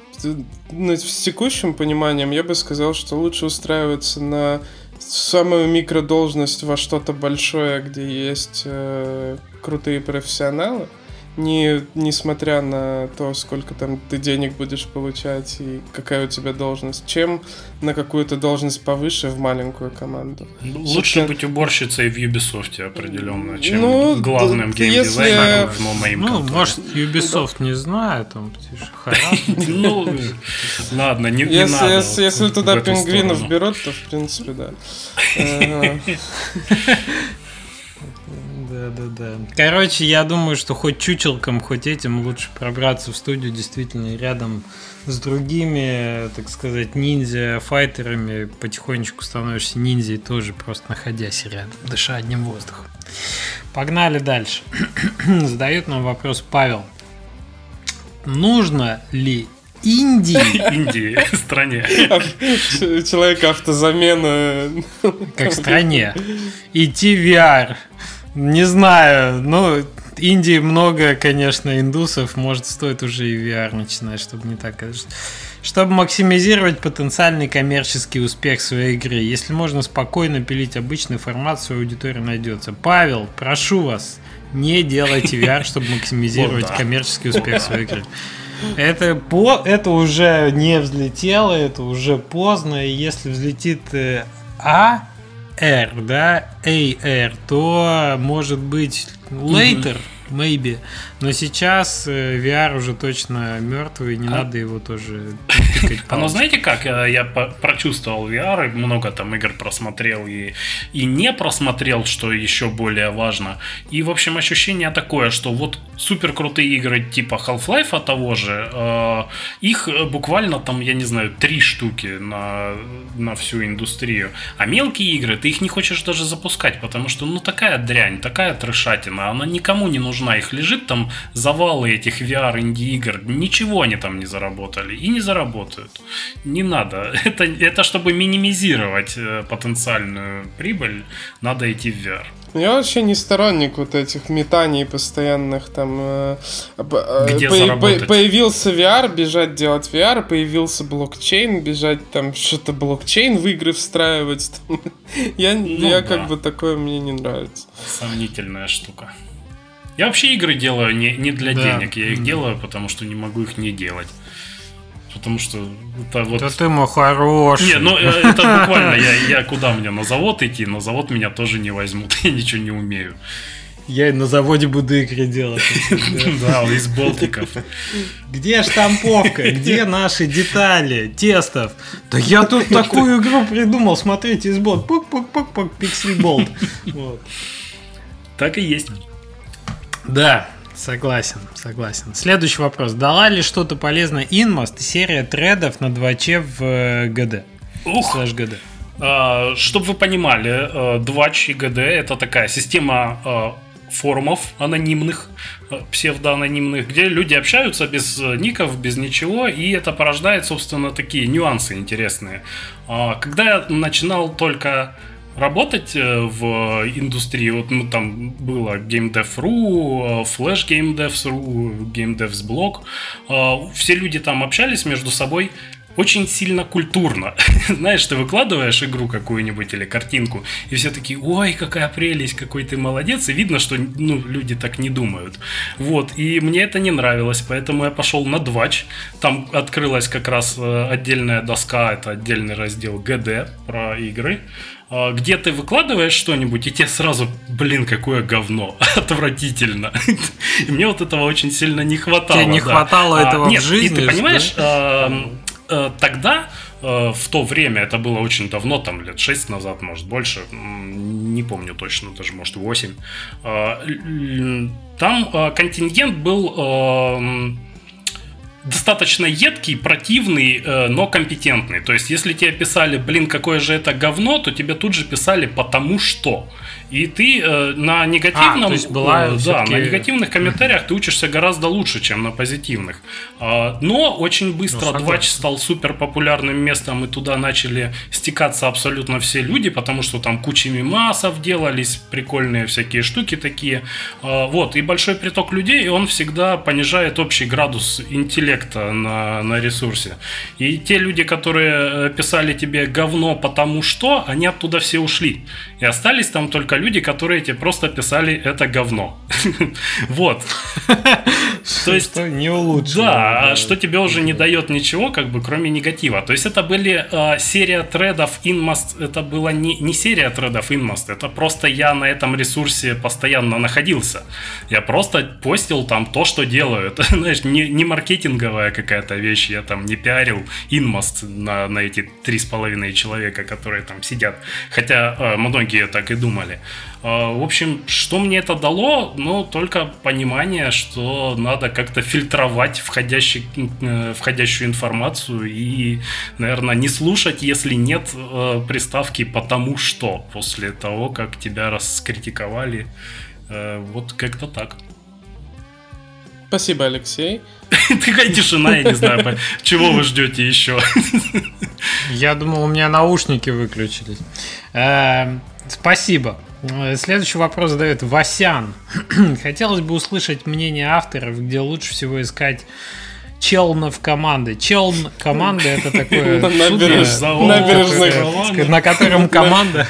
Speaker 2: с текущим пониманием я бы сказал, что лучше устраиваться на самую микродолжность во что-то большое, где есть крутые профессионалы, несмотря на то, сколько там ты денег будешь получать и какая у тебя должность, чем на какую-то должность повыше в маленькую команду.
Speaker 3: Лучше быть уборщицей в Ubisoft определенно, чем главным геймдизайнером в моей конторе.
Speaker 1: Может, Ubisoft не знаю, там
Speaker 3: ладно, не надо.
Speaker 2: Если туда пингвинов берут, то в принципе да.
Speaker 1: Да. Короче, я думаю, что хоть чучелкам, хоть этим лучше пробраться в студию действительно рядом с другими, так сказать, ниндзя-файтерами. Потихонечку становишься ниндзей тоже, просто находясь рядом, дыша одним воздухом. Погнали дальше. Задает нам вопрос Павел. Нужно ли Индии
Speaker 3: стране.
Speaker 2: Человек автозамена.
Speaker 1: Как в стране. Идти в VR. Не знаю, Индии много, конечно, индусов, может, стоит уже и VR начинать, чтобы не так. Чтобы максимизировать потенциальный коммерческий успех своей игры. Если можно спокойно пилить обычный формат, своя аудитория найдется. Павел, прошу вас, не делайте VR, чтобы максимизировать коммерческий успех своей игры. Это уже не взлетело, это уже поздно, и если взлетит AR, то может быть later, maybe. Но сейчас VR уже точно мертвый, не надо его тоже тыкать.
Speaker 3: Но знаете как? Я прочувствовал VR, и много там игр просмотрел и не просмотрел, что еще более важно. И, в общем, ощущение такое, что вот супер крутые игры типа Half-Life того же, их буквально там, я не знаю, 3 штуки на всю индустрию. А мелкие игры, ты их не хочешь даже запускать, потому что, ну, такая дрянь, такая трешатина, она никому не нужна. Их лежит там завалы этих VR инди-игр, ничего они там не заработали и не заработают. Не надо. Это чтобы минимизировать потенциальную прибыль, надо идти в VR.
Speaker 2: Я вообще не сторонник вот этих метаний постоянных там.
Speaker 3: Где заработать?
Speaker 2: Появился VR, бежать делать VR, появился блокчейн, бежать там что-то блокчейн в игры встраивать. Я как бы такое мне не нравится.
Speaker 3: Сомнительная штука. Я вообще игры делаю не для денег, я их делаю, потому что не могу их не делать. Потому что это вот...
Speaker 1: Да ты мой хороший.
Speaker 3: Не, ну это буквально, я куда мне на завод идти? На завод меня тоже не возьмут, я ничего не умею.
Speaker 1: Я на заводе буду игры делать.
Speaker 3: Да, из болтиков.
Speaker 1: Где штамповка? Где наши детали тестов? Да я тут такую игру придумал, смотрите, из болт. Пук-пук-пук-пук, пиксель-болт.
Speaker 3: Так и есть.
Speaker 1: Да. Согласен. Следующий вопрос. Дала ли что-то полезное Inmost серия тредов на 2Ч в ГД? /GD.
Speaker 3: Чтобы вы понимали, 2Ч и ГД — это такая система форумов анонимных, псевдоанонимных, где люди общаются без ников, без ничего, и это порождает, собственно, такие нюансы интересные. Когда я начинал только работать в индустрии, вот там было GameDev.ru, Flash GameDevs.ru, GameDevs.blog, все люди там общались между собой очень сильно культурно. Знаешь, ты выкладываешь игру какую-нибудь или картинку, и все такие: ой, какая прелесть, какой ты молодец, и видно, что люди так не думают. Вот, и мне это не нравилось, поэтому я пошел на Двач, там открылась как раз отдельная доска, это отдельный раздел ГД про игры, где ты выкладываешь что-нибудь, и тебе сразу, блин, какое говно, отвратительно. И мне вот этого очень сильно не хватало.
Speaker 1: Тебе не хватало этого в жизни?
Speaker 3: И ты понимаешь, тогда, в то время, это было очень давно, там лет 6 назад, может больше, не помню точно, даже может 8, там контингент был достаточно едкий, противный, но компетентный. То есть, если тебе писали: блин, какое же это говно, то тебе тут же писали «потому что». И ты на негативном, на негативных комментариях ты учишься гораздо лучше, чем на позитивных. Но очень быстро Двач стал супер популярным местом, и туда начали стекаться абсолютно все люди, потому что там куча мемасов делались, прикольные всякие штуки такие. Вот, и большой приток людей, и он всегда понижает общий градус интеллекта на ресурсе. И те люди, которые писали тебе «говно, потому что», они оттуда все ушли. И остались там только люди, которые тебе просто писали «это говно». Вот. То есть
Speaker 1: не улучшило.
Speaker 3: Да, что тебе уже не дает ничего, как бы, кроме негатива. То есть это были серия тредов Inmost. Это была не серия тредов Inmost. Это просто я на этом ресурсе постоянно находился. Я просто постил там то, что делаю. Это, знаешь, не маркетинговая какая-то вещь. Я там не пиарил Inmost на эти 3,5 человека, которые там сидят. Хотя многие так и думали. В общем, что мне это дало? Ну, только понимание, что надо как-то фильтровать входящую информацию и, наверное, не слушать, если нет приставки «потому что» после того, как тебя раскритиковали. Вот как-то так.
Speaker 2: Спасибо, Алексей.
Speaker 3: Такая тишина, я не знаю, чего вы ждете еще.
Speaker 1: Я думал, у меня наушники выключились. Спасибо. Следующий вопрос задает Васян. Хотелось бы услышать мнение авторов, где лучше всего искать челнов команды. Челн команды — это такое судно, на котором команда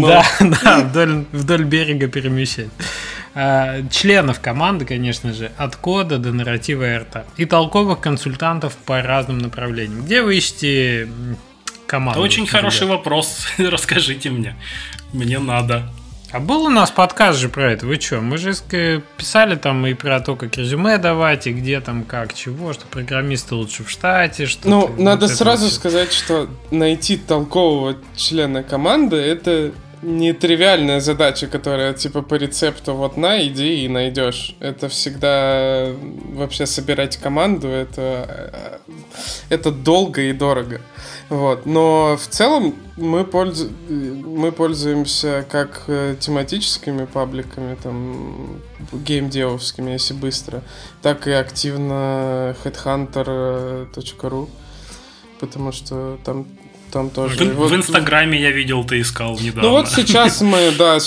Speaker 1: вдоль берега перемещает. Членов команды, конечно же, от кода до нарратива РТ. И толковых консультантов по разным направлениям. Где вы ищете команду?
Speaker 3: Очень хороший вопрос. Расскажите мне. Мне надо.
Speaker 1: А был у нас подкаст же про это, вы что? Мы же писали там и про то, как резюме давать, и где там, как, чего, что программисты лучше в штате, что...
Speaker 2: Ну, надо сразу сказать, что найти толкового члена команды — это не тривиальная задача, которая типа по рецепту вот на, иди и найдешь. Это всегда вообще собирать команду, это долго и дорого. Вот. Но в целом мы пользуемся как тематическими пабликами, там, геймдевовскими, если быстро, так и активно headhunter.ru, потому что там тоже.
Speaker 3: В Инстаграме я видел, ты искал недавно.
Speaker 2: Ну вот сейчас мы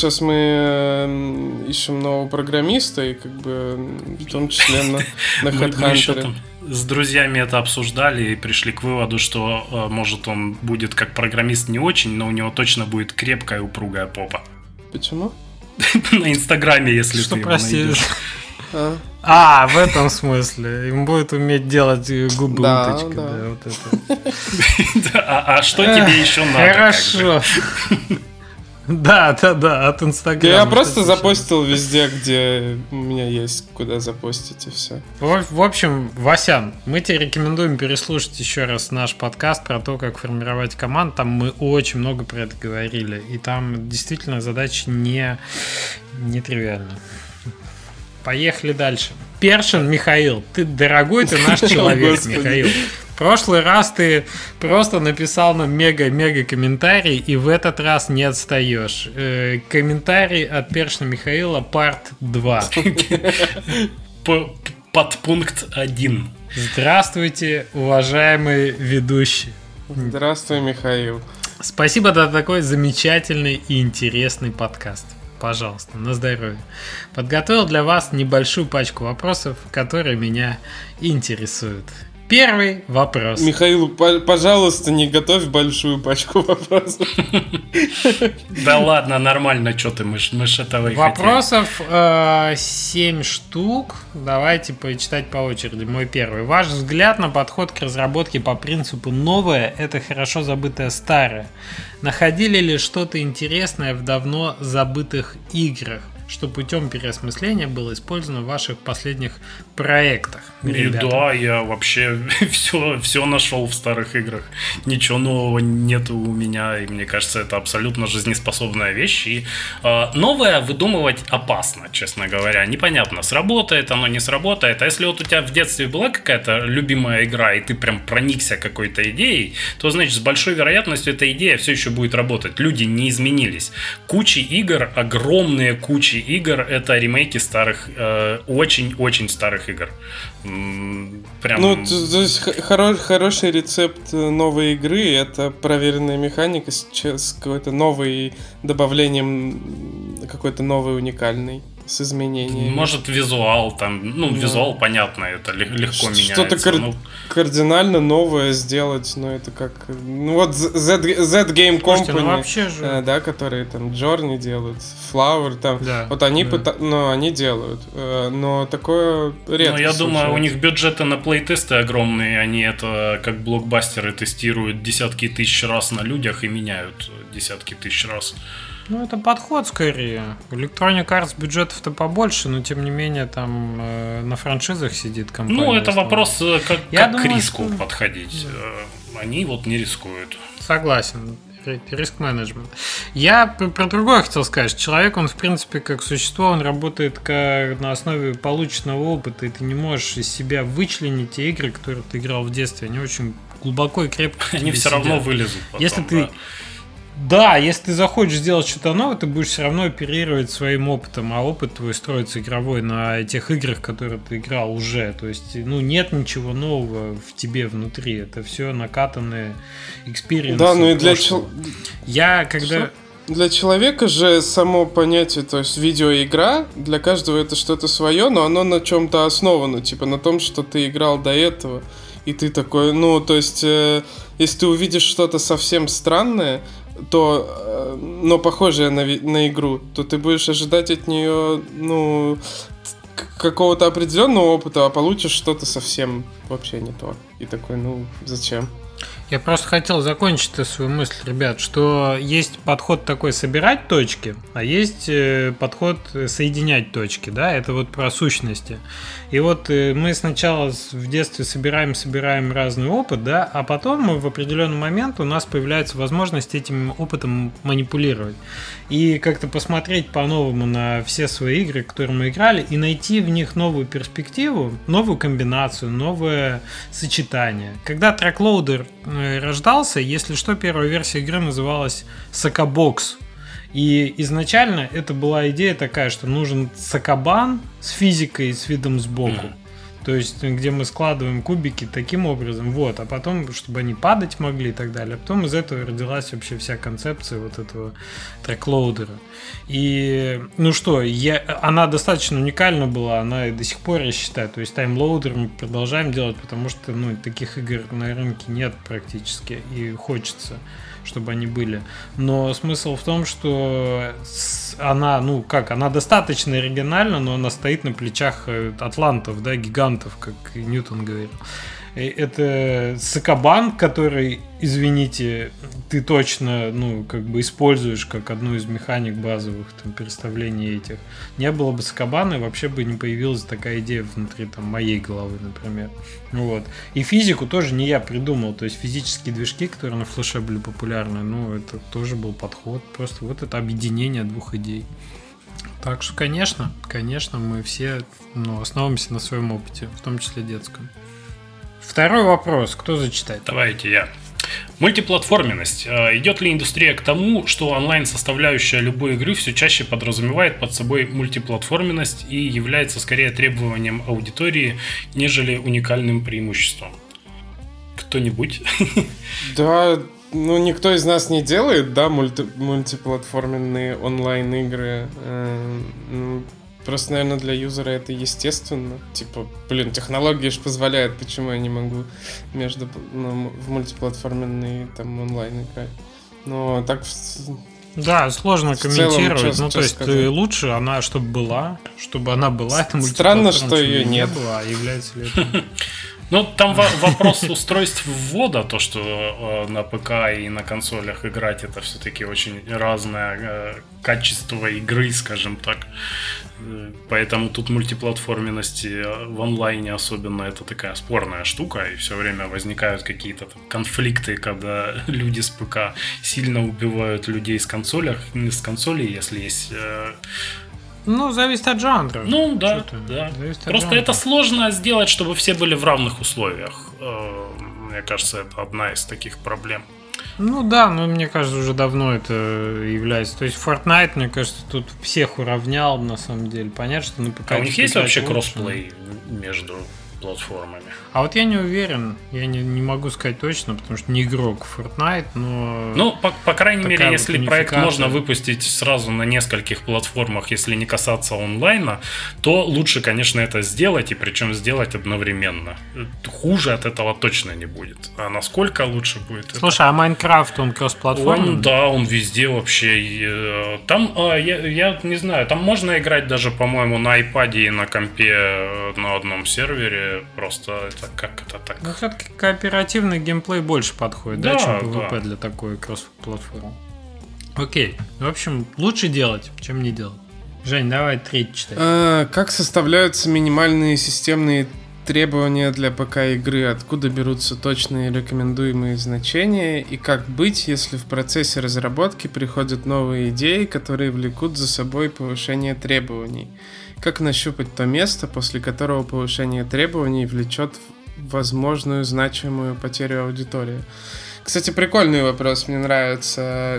Speaker 2: ищем нового программиста, и как бы в том числе на HeadHunter.
Speaker 3: С друзьями это обсуждали и пришли к выводу, что может он будет как программист не очень, но у него точно будет крепкая упругая попа.
Speaker 2: Почему?
Speaker 3: На Инстаграме, если ты его найдешь.
Speaker 1: В этом смысле. Им будет уметь делать губы уточкой.
Speaker 2: Да.
Speaker 1: Вот это.
Speaker 3: А что тебе еще надо?
Speaker 1: Хорошо. Да, от Инстаграма.
Speaker 2: Я просто запостил везде, где у меня есть куда запостить, и все.
Speaker 1: В общем, Васян, мы тебе рекомендуем переслушать еще раз наш подкаст про то, как формировать команду. Там мы очень много про это говорили. И там действительно задача не тривиальна. Поехали дальше. Першин Михаил. Ты дорогой, ты наш человек, Михаил. В прошлый раз ты просто написал нам мега-мега комментарий, и в этот раз не отстаешь. Комментарий от Першина Михаила, парт 2.
Speaker 3: Подпункт 1.
Speaker 1: Здравствуйте, уважаемый ведущий.
Speaker 2: Здравствуй, Михаил.
Speaker 1: Спасибо за такой замечательный и интересный подкаст. Пожалуйста, на здоровье. Подготовил для вас небольшую пачку вопросов, которые меня интересуют. Первый вопрос.
Speaker 2: Михаил, пожалуйста, не готовь большую пачку вопросов.
Speaker 3: Да ладно, нормально, что ты, мы ж этого и хотели.
Speaker 1: Вопросов 7 штук. Давайте почитать по очереди. Мой первый. Ваш взгляд на подход к разработке по принципу «новое – это хорошо забытое старое». Находили ли что-то интересное в давно забытых играх, что путем переосмысления было использовано в ваших последних проектах?
Speaker 3: Да, я вообще все нашел в старых играх. Ничего нового нету у меня, и мне кажется, это абсолютно жизнеспособная вещь. И новое выдумывать опасно, честно говоря. Непонятно, сработает оно, не сработает. А если вот у тебя в детстве была какая-то любимая игра, и ты прям проникся какой-то идеей, то, значит, с большой вероятностью эта идея все еще будет работать. Люди не изменились. Кучи игр, огромные кучи игр, это ремейки старых, очень-очень старых игр. Прям...
Speaker 2: Ну, то есть хороший рецепт новой игры — это проверенная механика с какой-то новой добавлением, какой-то новой уникальной, с изменениями.
Speaker 3: Может, визуал там, да. Визуал, понятно, это легко меняется.
Speaker 2: Что-то кардинально новое сделать, это как... вот Z-Game Company,
Speaker 1: вообще же...
Speaker 2: да, которые там Journey делают, Flower там, да, вот они, они делают, но такое редко.
Speaker 3: Я думаю, у них бюджеты на плейтесты огромные, они это как блокбастеры тестируют десятки тысяч раз на людях и меняют десятки тысяч раз.
Speaker 1: Это подход скорее. У Electronic Arts бюджетов-то побольше, но тем не менее там на франшизах сидит компания.
Speaker 3: Это вопрос, как к риску подходить. Они не рискуют.
Speaker 1: Согласен. Риск-менеджмент. Я про другое хотел сказать. Человек, он в принципе как существо, он работает на основе полученного опыта, и ты не можешь из себя вычленить те игры, которые ты играл в детстве. Они очень глубоко и крепко.
Speaker 3: Они все равно вылезут потом,
Speaker 1: если ты... Да, если ты захочешь сделать что-то новое, ты будешь все равно оперировать своим опытом, а опыт твой строится игровой на тех играх, которые ты играл уже. То есть, нет ничего нового в тебе внутри. Это все накатанные экспириенсы.
Speaker 2: Да, и для человека же само понятие, то есть видеоигра, для каждого это что-то свое, но оно на чем-то основано, типа на том, что ты играл до этого. И ты такой, то есть, если ты увидишь что-то совсем странное, но похожее на игру, то ты будешь ожидать от нее, какого-то определенного опыта, а получишь что-то совсем вообще не то. И такой, зачем?
Speaker 1: Я просто хотел закончить свою мысль, ребят, что есть подход такой собирать точки, а есть подход соединять точки, да, это вот про сущности. И вот мы сначала в детстве собираем разный опыт, да, а потом в определенный момент у нас появляется возможность этим опытом манипулировать. И как-то посмотреть по-новому на все свои игры, которые мы играли, и найти в них новую перспективу, новую комбинацию, новое сочетание. Когда трек-лоудер рождался, если что, первая версия игры называлась Сокобокс. И изначально это была идея такая, что нужен сокобан с физикой, с видом сбоку. То есть, где мы складываем кубики таким образом, вот, а потом, чтобы они падать могли и так далее. А потом из этого родилась вообще вся концепция вот этого трек-лоудера. И, ну что, она достаточно уникальна была, она и до сих пор, я считаю. То есть, таймлоудер мы продолжаем делать, потому что, ну, таких игр на рынке нет практически, и хочется, чтобы они были. Но смысл в том, что она, ну как, она достаточно оригинальна, но она стоит на плечах атлантов, да, гигантов, как Ньютон говорил. Это сокобан, который, извините, ты точно, ну, как бы используешь как одну из механик базовых там представлений этих. Не было бы сокобана, вообще бы не появилась такая идея внутри там моей головы, например. Вот. И физику тоже не я придумал, то есть физические движки, которые на флеше были популярны, ну, это тоже был подход, просто вот это объединение двух идей. Так что, конечно, мы все, ну, основываемся на своем опыте, в том числе детском. Второй вопрос. Кто зачитает?
Speaker 3: Давайте я. Мультиплатформенность. Идет ли индустрия к тому, что онлайн-составляющая любой игры все чаще подразумевает под собой мультиплатформенность и является скорее требованием аудитории, нежели уникальным преимуществом? Кто-нибудь?
Speaker 2: Да, ну никто из нас не делает, да, мультиплатформенные онлайн-игры. Просто, наверное, для юзера это естественно. Типа, блин, технологии же позволяют, почему я не могу в мультиплатформенные там онлайн играть. Но так...
Speaker 1: Да, сложно комментировать. Ну, то есть, лучше она, чтобы она была. Это
Speaker 2: странно, что ее нет.
Speaker 1: Было, а является ли это...
Speaker 3: Ну, там вопрос устройств ввода, то, что на ПК и на консолях играть, это все-таки очень разное качество игры, скажем так. Поэтому тут мультиплатформенность в онлайне особенно это такая спорная штука, и все время возникают какие-то там конфликты, когда люди с ПК сильно убивают людей с консолей, если есть...
Speaker 1: Ну, зависит от жанра.
Speaker 3: Ну, да. Просто это сложно сделать, чтобы все были в равных условиях. Мне кажется, это одна из таких проблем.
Speaker 1: Ну да, но мне кажется, уже давно это является. То есть Fortnite, мне кажется, тут всех уравнял, на самом деле. Понятно, что на ПК...
Speaker 3: А у них есть вообще кроссплей между платформами?
Speaker 1: А вот я не уверен, я не могу сказать точно, потому что не игрок в Fortnite, но...
Speaker 3: Ну, по крайней мере, если проект можно выпустить сразу на нескольких платформах, если не касаться онлайна, то лучше, конечно, это сделать, и причем сделать одновременно. Хуже от этого точно не будет. А насколько лучше будет?
Speaker 1: Слушай, а Майнкрафт, он кросс-платформенный?
Speaker 3: Да, он везде вообще. Там, я не знаю, там можно играть даже, по-моему, на iPad и на компе на одном сервере, просто это как это так?
Speaker 1: Ну, все-таки кооперативный геймплей больше подходит, да, чем PvP для такой кросс-платформы. Окей. В общем, лучше делать, чем не делать. Жень, давай третий читай.
Speaker 2: Как составляются минимальные системные требования для ПК-игры? Откуда берутся точные рекомендуемые значения? И как быть, если в процессе разработки приходят новые идеи, которые влекут за собой повышение требований? Как нащупать то место, после которого повышение требований влечет возможную значимую потерю аудитории? Кстати, прикольный вопрос, мне нравится.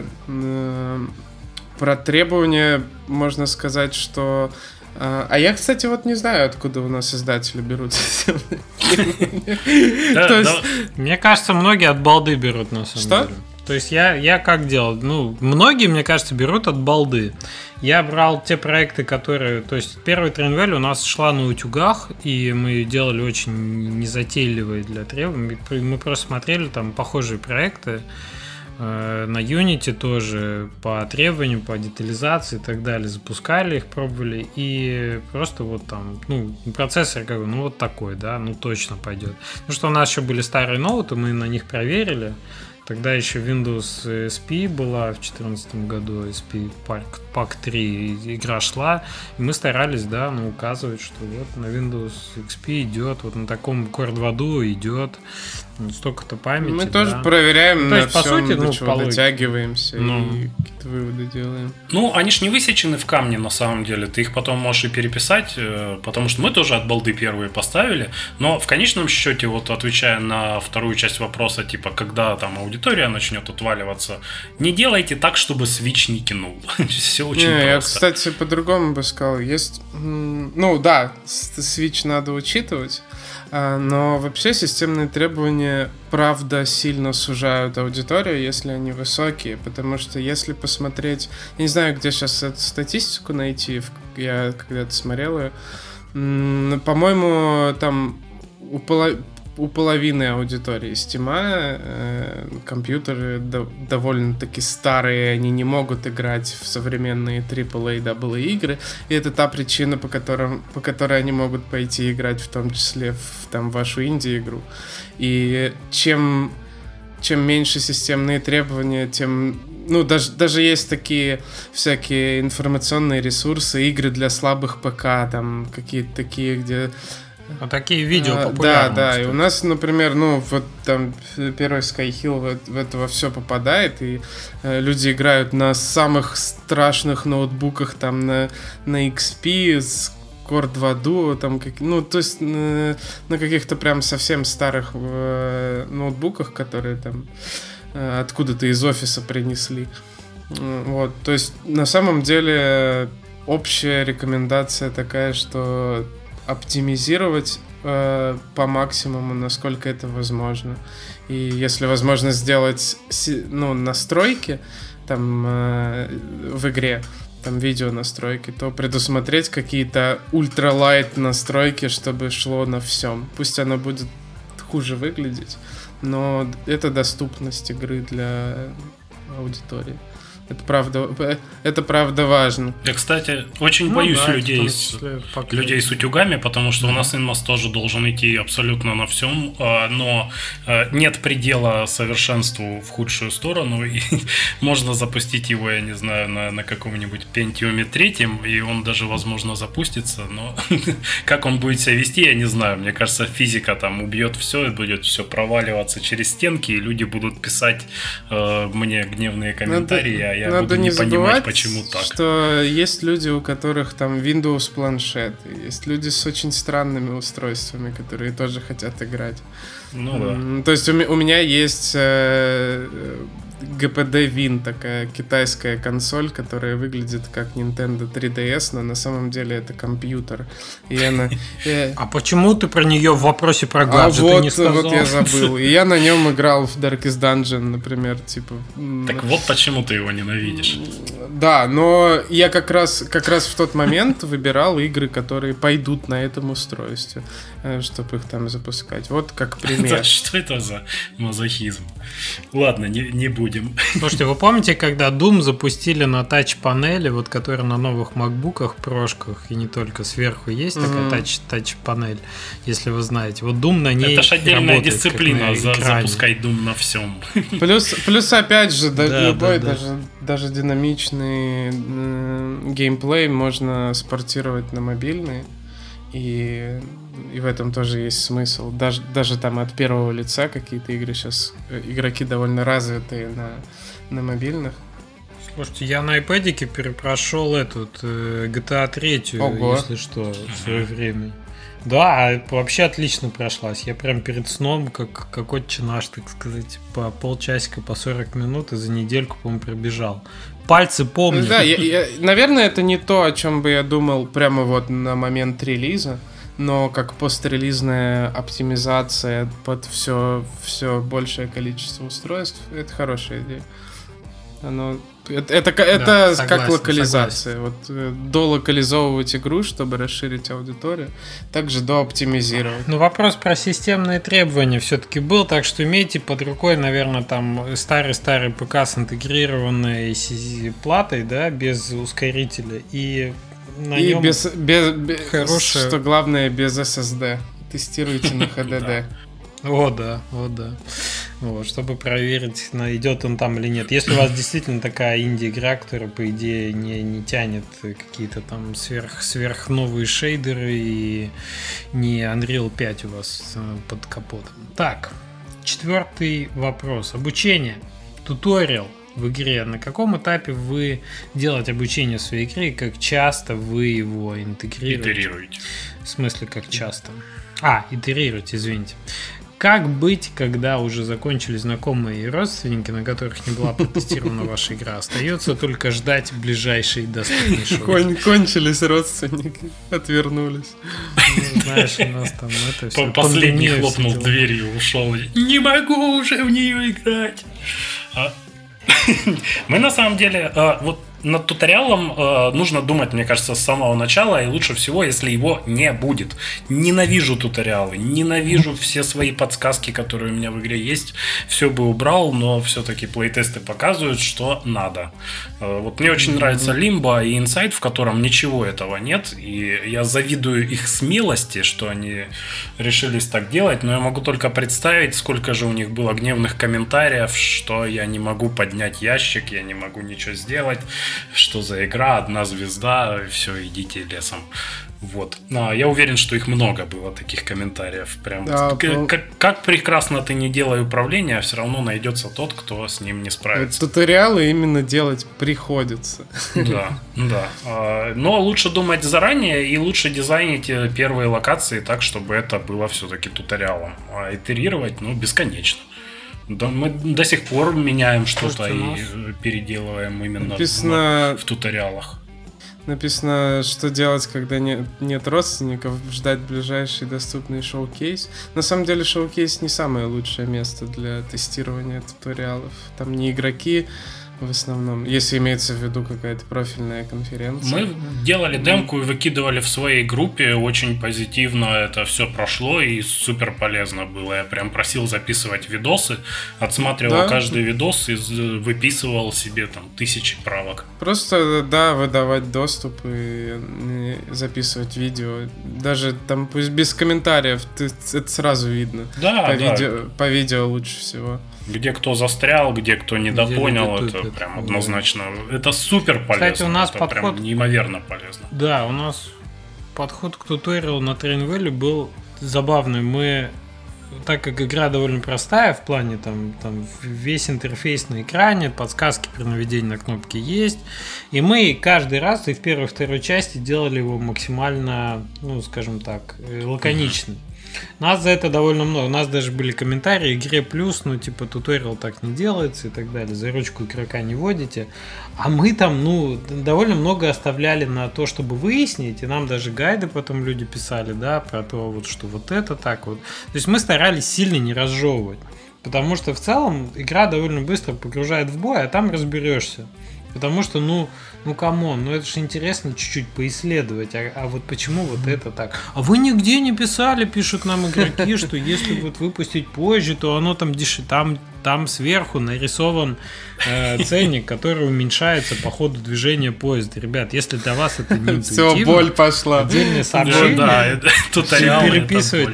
Speaker 2: Про требования можно сказать, что... А я, кстати, вот не знаю, откуда у нас издатели берут.
Speaker 1: Мне кажется, многие от балды берут, на самом деле. То есть я как делал? Ну, многие, мне кажется, берут от балды. Я брал те проекты, которые... То есть первый Train Valley у нас шла на утюгах, и мы делали очень незатейливые для требований. Мы просто смотрели там похожие проекты. На Unity тоже по требованиям, по детализации и так далее запускали их, пробовали, и просто вот там, процессор как бы, вот такой, да, точно пойдет. Потому что у нас еще были старые ноуты, мы на них проверили. Тогда еще Windows SP была в 2014 году, SP Pack 3, игра шла, и мы старались, да, указывать, что вот на Windows XP идет, вот на таком Core 2 Duo идет столько-то памяти.
Speaker 2: Мы тоже проверяем, на
Speaker 1: по
Speaker 2: всем,
Speaker 1: сути,
Speaker 2: до чего дотягиваемся и какие-то выводы делаем.
Speaker 3: Они ж не высечены в камне, на самом деле. Ты их потом можешь и переписать, потому что мы тоже от балды первые поставили. Но в конечном счете, вот отвечая на вторую часть вопроса, типа, когда там аудитория начнет отваливаться, не делайте так, чтобы Switch не кинул. Все очень просто.
Speaker 2: Я, кстати, по-другому бы сказал. Есть, да, Switch надо учитывать. Но вообще системные требования, правда, сильно сужают аудиторию, если они высокие, потому что если посмотреть, я не знаю, где сейчас эту статистику найти, я когда-то смотрел ее, по-моему, там у половины аудитории Steam компьютеры довольно-таки старые, они не могут играть в современные AAA, AA игры, и это та причина, по которой они могут пойти играть в том числе в вашу инди-игру. И чем меньше системные требования, тем... даже есть такие всякие информационные ресурсы, игры для слабых ПК, там какие-то такие, где...
Speaker 1: такие видео популярны.
Speaker 2: Да, и у нас, например, вот там первый Skyhill в это во все попадает, и люди играют на самых страшных ноутбуках, там на XP с Core 2 Duo, там, то есть на каких-то прям совсем старых ноутбуках, которые там откуда-то из офиса принесли. Вот, то есть на самом деле общая рекомендация такая, что оптимизировать по максимуму, насколько это возможно. И если возможно сделать настройки там в игре, там видео настройки, то предусмотреть какие-то ультралайт настройки, чтобы шло на всем. Пусть оно будет хуже выглядеть, но это доступность игры для аудитории. Это правда важно.
Speaker 3: Я, кстати, очень боюсь людей с утюгами, потому что у нас Inmos тоже должен идти абсолютно на всем, но нет предела совершенству в худшую сторону, и можно запустить его, я не знаю, на каком-нибудь Pentium 3, и он даже, возможно, запустится, но как он будет себя вести, я не знаю. Мне кажется, физика там убьет все, и будет все проваливаться через стенки, и люди будут писать мне гневные комментарии, я
Speaker 2: надо
Speaker 3: буду не понимать,
Speaker 2: забывать,
Speaker 3: почему так.
Speaker 2: Что есть люди, у которых там Windows планшет, есть люди с очень странными устройствами, которые тоже хотят играть.
Speaker 3: Да.
Speaker 2: То есть у меня есть GPD Win, такая китайская консоль, которая выглядит как Nintendo 3DS, но на самом деле это компьютер. И она...
Speaker 1: А почему ты про нее в вопросе про гаджеты не сказал?
Speaker 2: Вот я забыл. И я на нем играл в Darkest Dungeon, например, типа...
Speaker 3: Так вот почему ты его ненавидишь.
Speaker 2: Да, но я как раз в тот момент выбирал игры, которые пойдут на этом устройстве, чтобы их там запускать. Вот как пример.
Speaker 3: Что это за мазохизм? Ладно, не будем.
Speaker 1: Слушайте, вы помните, когда Doom запустили на тач-панели, вот которая на новых макбуках, прошках, и не только сверху есть такая тач-панель, если вы знаете. Вот Doom на ней
Speaker 3: это ж отдельная
Speaker 1: работает,
Speaker 3: дисциплина, запускать Doom на всем.
Speaker 2: Плюс опять же, любой даже динамичный геймплей можно спортировать на мобильный. И в этом тоже есть смысл. Даже там от первого лица какие-то игры сейчас, игроки довольно развитые на мобильных.
Speaker 1: Слушайте, я на iPad'ике перепрошел GTA 3,
Speaker 2: Ого.
Speaker 1: если что, в свое время. Да, вообще отлично прошлась. Я прям перед сном, как отче наш, так сказать, по полчасика, по 40 минут, и за недельку, по-моему, пробежал. Пальцы помню.
Speaker 2: Да, наверное, это не то, о чем бы я думал прямо вот на момент релиза, но как пострелизная оптимизация под все большее количество устройств, это хорошая идея. Это как локализация. Вот долокализовывать игру, чтобы расширить аудиторию, также дооптимизировать.
Speaker 1: Ну, вопрос про системные требования все-таки был, так что имейте под рукой, наверное, там старый ПК с интегрированной платой, да, без ускорителя, и на нем
Speaker 2: без хорошая... Что главное, без SSD. Тестируйте на HDD.
Speaker 1: О, да. Вот, чтобы проверить, идет он там или нет. Если у вас действительно такая инди-игра, которая, по идее, не тянет какие-то там сверхновые шейдеры и не Unreal 5 у вас под капотом. Так, 4 вопрос. Обучение. Туториал в игре. На каком этапе вы делаете обучение в своей игре и как часто вы его интегрируете?
Speaker 3: Итерируете.
Speaker 1: В смысле, как часто? Итерируете, извините. Как быть, когда уже закончились знакомые и родственники, на которых не была протестирована ваша игра? Остается только ждать ближайшей доступной шоу.
Speaker 2: Кончились родственники, отвернулись.
Speaker 1: Знаешь, у нас там это все.
Speaker 3: Последний хлопнул дверью, ушел. Не могу уже в нее играть. Мы на самом деле вот над туториалом нужно думать, мне кажется, с самого начала, и лучше всего, если его не будет. Ненавижу туториалы, ненавижу все свои подсказки, которые у меня в игре есть. Все бы убрал, но все-таки плейтесты показывают, что надо. Вот мне очень нравится Limbo и Inside, в котором ничего этого нет, и я завидую их смелости, что они решились так делать, но я могу только представить, сколько же у них было гневных комментариев, что я не могу поднять ящик, я не могу ничего сделать. Что за игра, 1 звезда, все, идите лесом. Вот. Я уверен, что их много было таких комментариев. Прям как прекрасно ты не делай управление, все равно найдется тот, кто с ним не справится.
Speaker 2: Туториалы именно делать приходится.
Speaker 3: Да. Но лучше думать заранее и лучше дизайнить первые локации так, чтобы это было все-таки туториалом. А итерировать, бесконечно. Да, мы до сих пор меняем что-то и переделываем именно в туториалах.
Speaker 2: Написано, что делать, когда нет родственников, ждать ближайший доступный шоу-кейс. На самом деле шоу-кейс не самое лучшее место для тестирования туториалов. Там не игроки в основном, если имеется в виду какая-то профильная конференция.
Speaker 3: Мы делали демку и выкидывали в своей группе, очень позитивно это все прошло и супер полезно было. Я прям просил записывать видосы, отсматривал каждый видос и выписывал себе там 1000 правок.
Speaker 2: Просто, выдавать доступ и записывать видео. Даже там пусть без комментариев, это сразу видно. По видео лучше всего.
Speaker 3: Где кто застрял, где кто недопонял, это прям однозначно. Это супер полезно.
Speaker 1: Кстати, у нас
Speaker 3: это
Speaker 1: подход
Speaker 3: прям неимоверно полезно.
Speaker 1: Да, у нас подход к туториалу на Train Valley был забавный. Мы, так как игра довольно простая в плане там весь интерфейс на экране, подсказки при наведении на кнопки есть, и мы каждый раз и в первой и второй части делали его максимально, скажем так, лаконичным. Нас за это довольно много. У нас даже были комментарии: игре плюс, туториал так не делается и так далее. За ручку игрока не водите. А мы там, довольно много оставляли на то, чтобы выяснить. И нам даже гайды потом люди писали, про то, что вот это так вот. То есть мы старались сильно не разжевывать. Потому что в целом игра довольно быстро погружает в бой, а там разберешься. Потому что, камон, это же интересно чуть-чуть поисследовать. А вот почему вот это так? А вы нигде не писали, пишут нам игроки, что если вот выпустить позже, то оно там сверху нарисован ценник, который уменьшается по ходу движения поезда. Ребят, если для вас это не интуитивно,
Speaker 2: все, боль пошла.
Speaker 1: Отдельные сообщения переписывать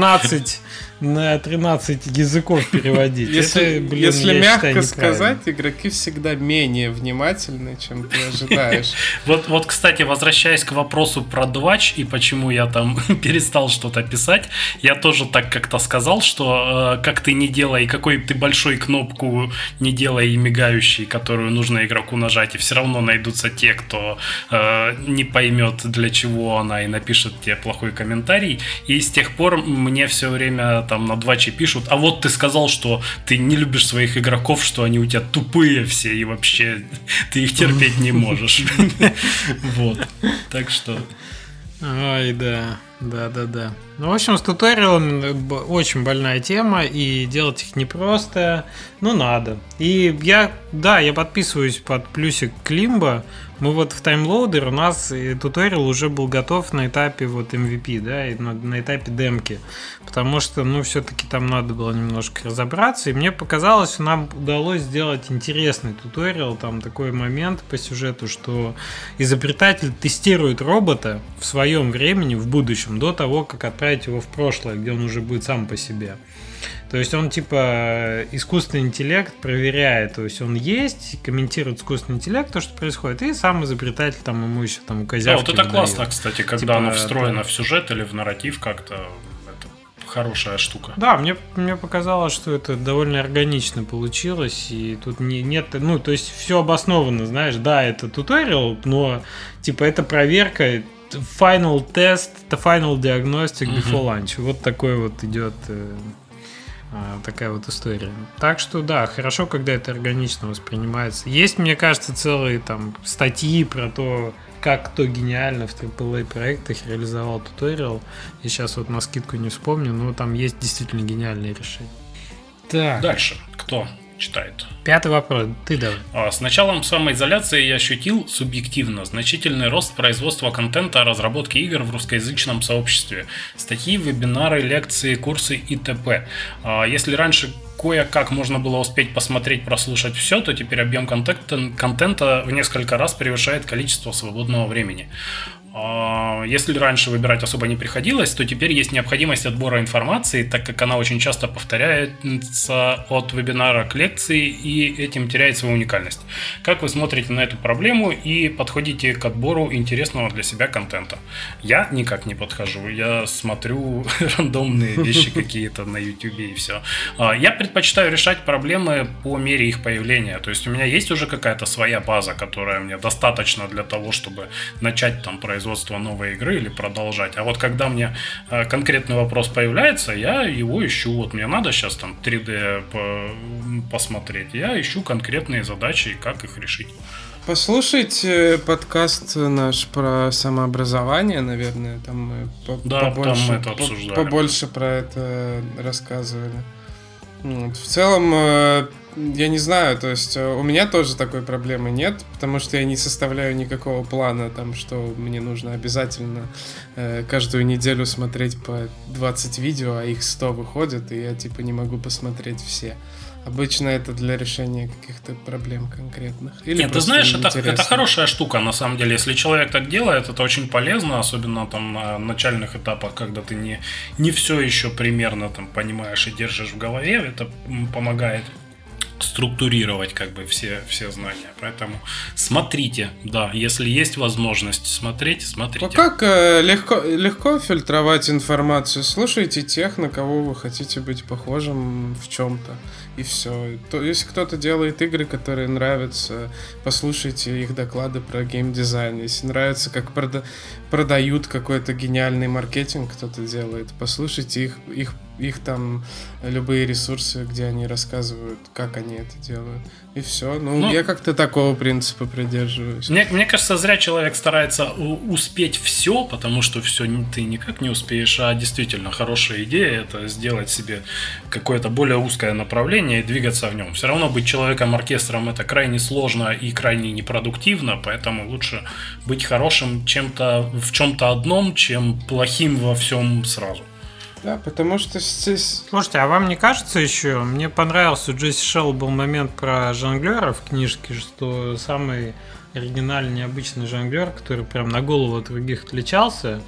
Speaker 1: на 13 языков переводить.
Speaker 2: Если мягко сказать, игроки всегда менее внимательны, чем ты ожидаешь.
Speaker 3: Вот, кстати, возвращаясь к вопросу про Двач и почему я там перестал что-то писать, я тоже так как-то сказал, что как ты не делай, какой ты большой кнопку не делай и мигающий, которую нужно игроку нажать, и все равно найдутся те, кто не поймет, для чего она, и напишет тебе плохой комментарий. И с тех пор мне все время там на Дваче пишут: а вот ты сказал, что ты не любишь своих игроков, что они у тебя тупые все, и вообще ты их терпеть не можешь. Вот. Так что...
Speaker 1: Ой, да. Ну, в общем, с туториалами очень больная тема, и делать их непросто, но надо. И я подписываюсь под плюсик Климба. Мы вот в таймлоудер, у нас туториал уже был готов на этапе вот MVP, да, и на этапе демки. Потому что, все-таки там надо было немножко разобраться. И мне показалось, что нам удалось сделать интересный туториал. Там такой момент по сюжету, что изобретатель тестирует робота в своем времени, в будущем, до того, как отправить его в прошлое, где он уже будет сам по себе. То есть он типа искусственный интеллект проверяет, то есть он есть, комментирует искусственный интеллект, то, что происходит, и сам изобретатель там ему еще там козявки
Speaker 3: вот это
Speaker 1: выдает.
Speaker 3: классно, кстати, когда типа, оно встроено в сюжет или в нарратив как-то, это хорошая штука.
Speaker 1: Да, мне показалось, что это довольно органично получилось, и тут нет, то есть все обосновано, знаешь, да, это туториал, но типа это проверка, final test, final diagnostic before lunch, вот такой вот идет такая вот история. Так что да, хорошо, когда это органично воспринимается. Есть, мне кажется, целые там статьи про то, как кто гениально в AAA проектах реализовал туториал. Я сейчас вот на скидку не вспомню, но там есть действительно гениальные решения. Так.
Speaker 3: Дальше. Кто читает?
Speaker 1: 5-й вопрос. Ты давай.
Speaker 3: С началом самоизоляции я ощутил субъективно значительный рост производства контента о разработке игр в русскоязычном сообществе. Статьи, вебинары, лекции, курсы и т.п. Если раньше кое-как можно было успеть посмотреть, прослушать все, то теперь объем контента в несколько раз превышает количество свободного времени. Если раньше выбирать особо не приходилось, то теперь есть необходимость отбора информации, так как она очень часто повторяется от вебинара к лекции, и этим теряет свою уникальность. Как вы смотрите на эту проблему и подходите к отбору интересного для себя контента? Я никак не подхожу, я смотрю рандомные вещи какие-то на YouTube и все. Я предпочитаю решать проблемы по мере их появления, то есть у меня есть уже какая-то своя база, которая мне достаточно для того, чтобы начать там производство новой игры или продолжать. А вот когда мне конкретный вопрос появляется, я его ищу. Вот мне надо сейчас там 3D посмотреть. Я ищу конкретные задачи и как их решить.
Speaker 2: Послушайте подкаст наш про самообразование, наверное. Там мы побольше про это рассказывали. В целом, я не знаю, то есть у меня тоже такой проблемы нет, потому что я не составляю никакого плана, там, что мне нужно обязательно каждую неделю смотреть по 20 видео, а их 100 выходит, и я типа не могу посмотреть все. Обычно это для решения каких-то проблем конкретных. Или
Speaker 3: нет, ты знаешь, это хорошая штука, на самом деле. Если человек так делает, это очень полезно, особенно там на начальных этапах, когда ты не все еще примерно там понимаешь и держишь в голове. Это помогает структурировать как бы все знания. Поэтому смотрите, да, если есть возможность смотреть, смотрите.
Speaker 2: Ну как легко фильтровать информацию? Слушайте тех, на кого вы хотите быть похожим в чем-то. И все. То, если кто-то делает игры, которые нравятся, послушайте их доклады про геймдизайн. Если нравится, как продают какой-то гениальный маркетинг, кто-то делает, послушайте их там любые ресурсы, где они рассказывают, как они это делают. И все. Ну, я как-то такого принципа придерживаюсь.
Speaker 3: Мне кажется, зря человек старается успеть все, потому что все ты никак не успеешь, а действительно хорошая идея — это сделать себе какое-то более узкое направление и двигаться в нем. Все равно быть человеком-оркестром — это крайне сложно и крайне непродуктивно, поэтому лучше быть хорошим в чем-то одном, чем плохим во всем сразу.
Speaker 2: Да, потому что здесь...
Speaker 1: Слушайте, а вам не кажется еще, мне понравился у Джесси Шелл был момент про жонглера в книжке, что самый оригинальный, необычный жонглер, который прям на голову от других отличался,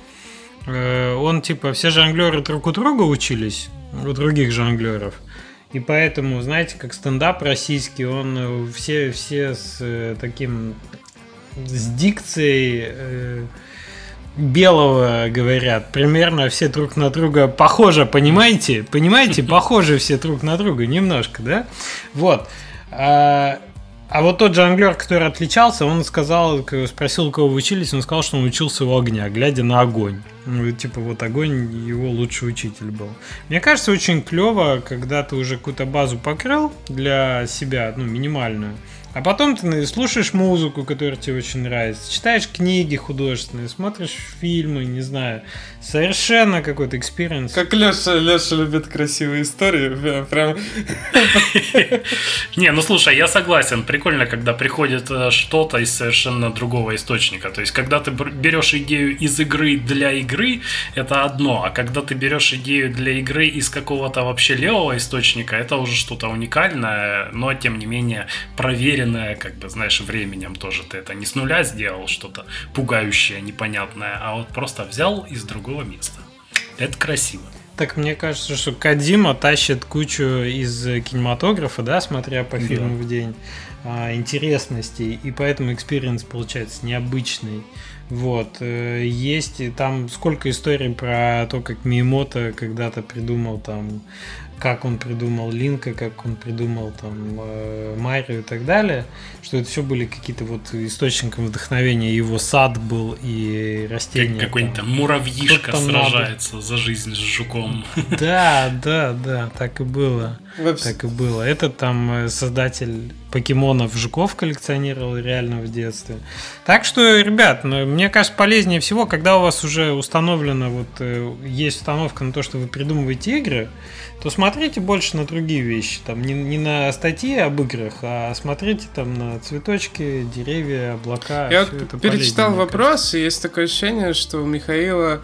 Speaker 1: он типа, все жонглеры друг у друга учились, у других жонглеров, и поэтому, знаете, как стендап российский, он все с таким, с дикцией... белого говорят, примерно все друг на друга похожи, понимаете? Понимаете? Похожи все друг на друга, немножко, да? Вот. А вот тот жонглер, который отличался, он сказал, спросил, у кого вы учились, он сказал, что он учился у огня, глядя на огонь. Ну, типа, вот огонь его лучший учитель был. Мне кажется, очень клево, когда ты уже какую-то базу покрыл для себя, ну, минимальную, А потом ты слушаешь музыку, которая тебе очень нравится, читаешь книги художественные, смотришь фильмы, не знаю. Совершенно какой-то экспириенс.
Speaker 2: Как Леша любит красивые истории. Прям...
Speaker 3: Не, ну слушай, я согласен. Прикольно, когда приходит что-то из совершенно другого источника. То есть, когда ты берешь идею из игры для игры, это одно. А когда ты берешь идею для игры из какого-то вообще левого источника, это уже что-то уникальное, но тем не менее проверенное, как бы, знаешь, временем тоже. Ты это не с нуля сделал, что-то пугающее, непонятное, а вот просто взял из другого места. Это красиво.
Speaker 1: Так мне кажется, что Кодзима тащит кучу из кинематографа, да, смотря по фильму в день, интересностей, и поэтому экспириенс получается необычный. Вот. Есть там сколько историй про то, как Миямото когда-то придумал там, как он придумал Линка, как он придумал там Марио и так далее, что это все были какие-то вот источником вдохновения. Его сад был и растения.
Speaker 3: Как какой-нибудь там муравьишка сражается за жизнь с жуком.
Speaker 1: Да, так и было. Так и было. Этот там создатель покемонов жуков коллекционировал реально в детстве. Так что, ребят, мне кажется, полезнее всего, когда у вас уже установлено, вот есть установка на то, что вы придумываете игры, то смотрите больше на другие вещи. Там не на статьи об играх, а смотрите там на цветочки, деревья, облака.
Speaker 2: Я вот перечитал вопрос, и есть такое ощущение, что у Михаила...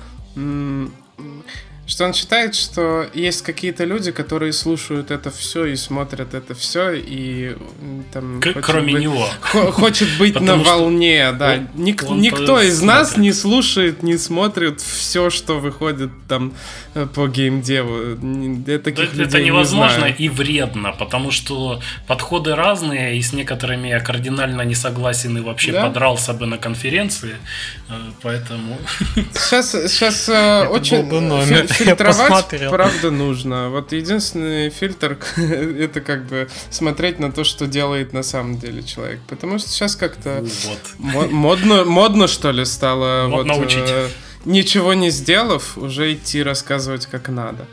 Speaker 2: Что он считает, что есть какие-то люди, которые слушают это все и смотрят это все, и там...
Speaker 3: Кроме него.
Speaker 2: Хочет быть на волне, да. Никто из нас не слушает, не смотрит все, что выходит там по геймдеву.
Speaker 3: Это невозможно и вредно, потому что подходы разные, и с некоторыми я кардинально не согласен и вообще подрался бы на конференции, поэтому...
Speaker 2: Сейчас очень... Фильтровать, правда, нужно. Вот единственный фильтр — это как бы смотреть на то, что делает на самом деле человек. Потому что сейчас как-то модно, что ли, стало.
Speaker 3: Модно учить.
Speaker 2: Ничего не сделав, уже идти рассказывать как надо.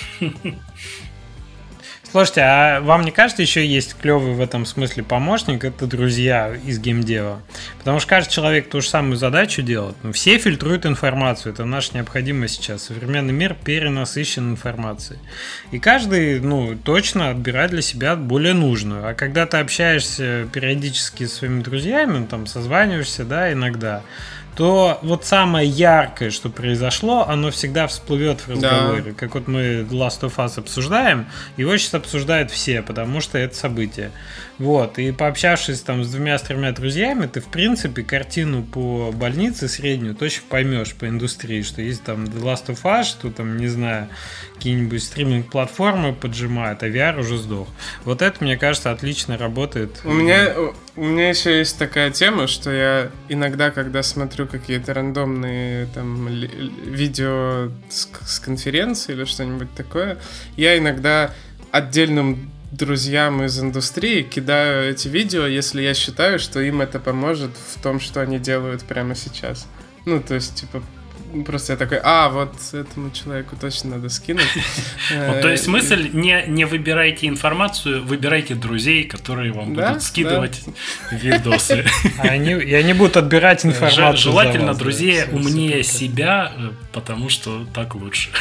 Speaker 1: Слушайте, а вам не кажется, еще есть клевый в этом смысле помощник? Это друзья из геймдева. Потому что каждый человек ту же самую задачу делает. Все фильтруют информацию. Это наша необходимость сейчас. Современный мир перенасыщен информацией. И каждый, точно отбирает для себя более нужную. А когда ты общаешься периодически со своими друзьями, там созваниваешься, да, иногда, то вот самое яркое, что произошло, оно всегда всплывет в разговоре. Да. Как вот мы Last of Us обсуждаем, его сейчас обсуждают все, потому что это событие. Вот, и пообщавшись там с 2-3 друзьями, ты, в принципе, картину по больнице среднюю точно поймешь по индустрии, что есть там The Last of Us, что там, не знаю, какие-нибудь стриминг-платформы поджимают, а VR уже сдох. Вот это, мне кажется, отлично работает.
Speaker 2: У меня еще есть такая тема, что я иногда, когда смотрю какие-то рандомные там видео с конференции или что-нибудь такое, я иногда отдельным друзьям из индустрии кидаю эти видео, если я считаю, что им это поможет в том, что они делают прямо сейчас. То есть, типа, просто я такой, вот этому человеку точно надо скинуть.
Speaker 3: То есть мысль, не выбирайте информацию, выбирайте друзей, которые вам будут скидывать видосы.
Speaker 1: И они будут отбирать информацию.
Speaker 3: Желательно друзей умнее себя, потому что так лучше.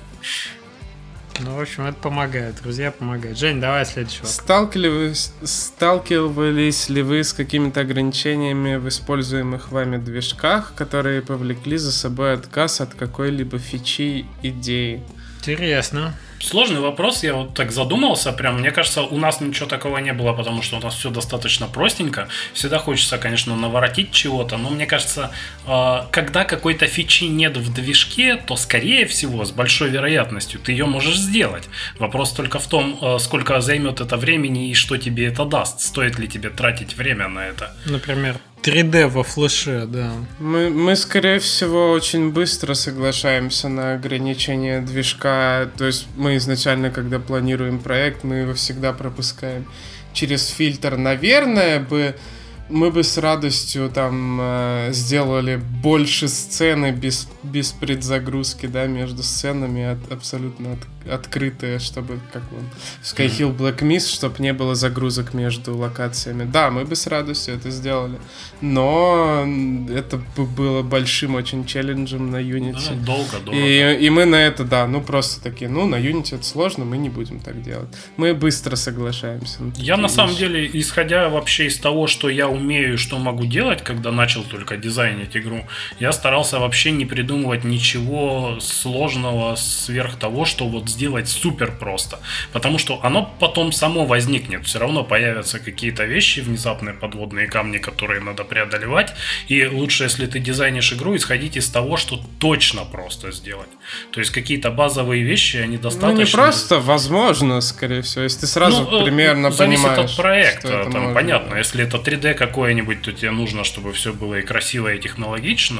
Speaker 1: В общем, это помогает, друзья помогают. Жень, давай следующий вопрос.
Speaker 2: Сталкивались ли вы с какими-то ограничениями в используемых вами движках, которые повлекли за собой отказ от какой-либо фичи, идеи?
Speaker 1: Интересно.
Speaker 3: Сложный вопрос, я вот так задумался прям. Мне кажется, у нас ничего такого не было, потому что у нас все достаточно простенько. Всегда хочется, конечно, наворотить чего-то, но мне кажется, когда какой-то фичи нет в движке, то, скорее всего, с большой вероятностью ты ее можешь сделать. Вопрос только в том, сколько займет это времени и что тебе это даст. Стоит ли тебе тратить время на это?
Speaker 1: Например, 3D во флеше, да.
Speaker 2: Мы, скорее всего, очень быстро соглашаемся на ограничение движка. То есть мы изначально, когда планируем проект, мы его всегда пропускаем через фильтр. Наверное, бы мы бы с радостью там сделали больше сцены без предзагрузки, да, между сценами абсолютно открытые, чтобы, как он, Skyhill Black Mist, чтобы не было загрузок между локациями. Да, мы бы с радостью это сделали, но это было большим очень челленджем на Unity.
Speaker 3: Да, долго.
Speaker 2: И мы на это, да, ну просто такие, ну на Unity это сложно, мы не будем так делать. Мы быстро соглашаемся.
Speaker 3: Я на самом деле, исходя вообще из того, что я умею и что могу делать, когда начал только дизайнить игру, я старался вообще не придумывать ничего сложного сверх того, что вот сделать супер просто. Потому что оно потом само возникнет. Все равно появятся какие-то вещи, внезапные подводные камни, которые надо преодолевать. И лучше, если ты дизайнишь игру, исходить из того, что точно просто сделать. То есть какие-то базовые вещи, они достаточно...
Speaker 2: Ну не просто, возможно, скорее всего. Если ты сразу примерно
Speaker 3: зависит
Speaker 2: понимаешь,
Speaker 3: от проекта.
Speaker 2: что это
Speaker 3: Там,
Speaker 2: можно.
Speaker 3: понятно, если это 3D какое-нибудь, то тебе нужно, чтобы все было и красиво, и технологично.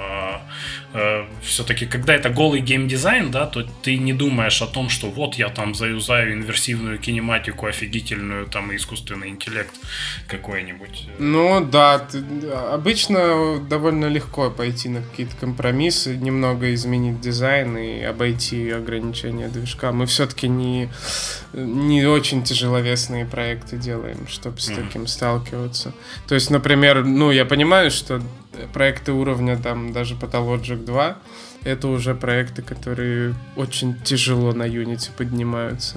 Speaker 3: Все-таки, когда это голый геймдизайн, да, то ты не думаешь о том, что вот я там заюзаю инверсивную кинематику офигительную, там, и искусственный интеллект какой-нибудь.
Speaker 2: Ну да, обычно довольно легко пойти на какие-то компромиссы, немного изменить дизайн и обойти ограничения движка. Мы все-таки не очень тяжеловесные проекты делаем, чтобы с таким сталкиваться. То есть, например, ну я понимаю, что проекты уровня там даже Pathologic 2 это уже проекты, которые очень тяжело на Unity поднимаются.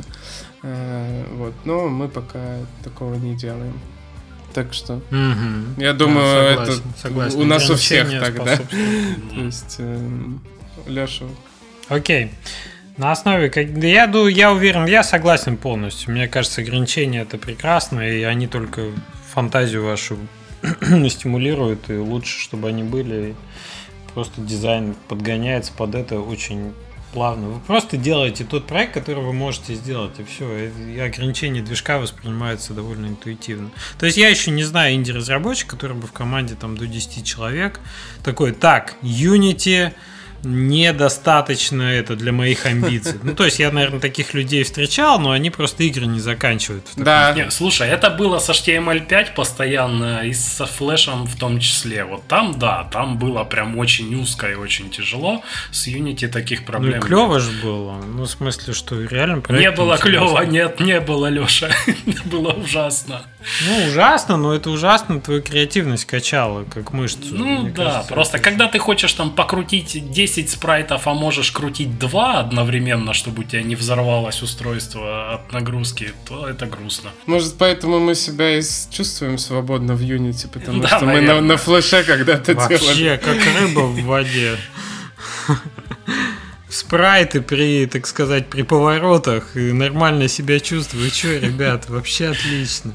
Speaker 2: Вот. Но мы пока такого не делаем. Так что я думаю,
Speaker 1: да, согласен.
Speaker 2: У нас у всех так, да? То есть Леша.
Speaker 1: Окей. На основе, я уверен, я согласен полностью. Мне кажется, ограничения это прекрасно, и они только фантазию вашу стимулируют, и лучше, чтобы они были. Просто дизайн подгоняется под это очень плавно. Вы просто делаете тот проект, который вы можете сделать, и все. И ограничения движка воспринимаются довольно интуитивно. То есть я еще не знаю инди-разработчика, который бы в команде там до 10 человек такой, так, Unity недостаточно это для моих амбиций. Ну, то есть я, наверное, таких людей встречал, но они просто игры не заканчивают.
Speaker 2: Да.
Speaker 3: Нет, слушай, это было с HTML5 постоянно и со флешем в том числе. Вот там, да, там было прям очень узко и очень тяжело. С Unity таких проблем.
Speaker 1: Ну, клево же было. Ну, в смысле, что реально проект
Speaker 3: не было
Speaker 1: интересный.
Speaker 3: клево, нет, не было, Леша. Было ужасно.
Speaker 1: Ну, ужасно, но это ужасно твою креативность качало, как мышцу.
Speaker 3: Ну, да, кажется, просто когда ты хочешь там покрутить 10 спрайтов, а можешь крутить 2 одновременно, чтобы у тебя не взорвалось устройство от нагрузки, то это грустно.
Speaker 2: Может, поэтому мы себя и чувствуем свободно в Unity, потому
Speaker 3: да,
Speaker 2: что
Speaker 3: наверное.
Speaker 2: мы на флеше когда-то делали.
Speaker 1: Вообще, как рыба в воде. Спрайты так сказать, при поворотах и нормально себя чувствую. Че, ребят, вообще отлично.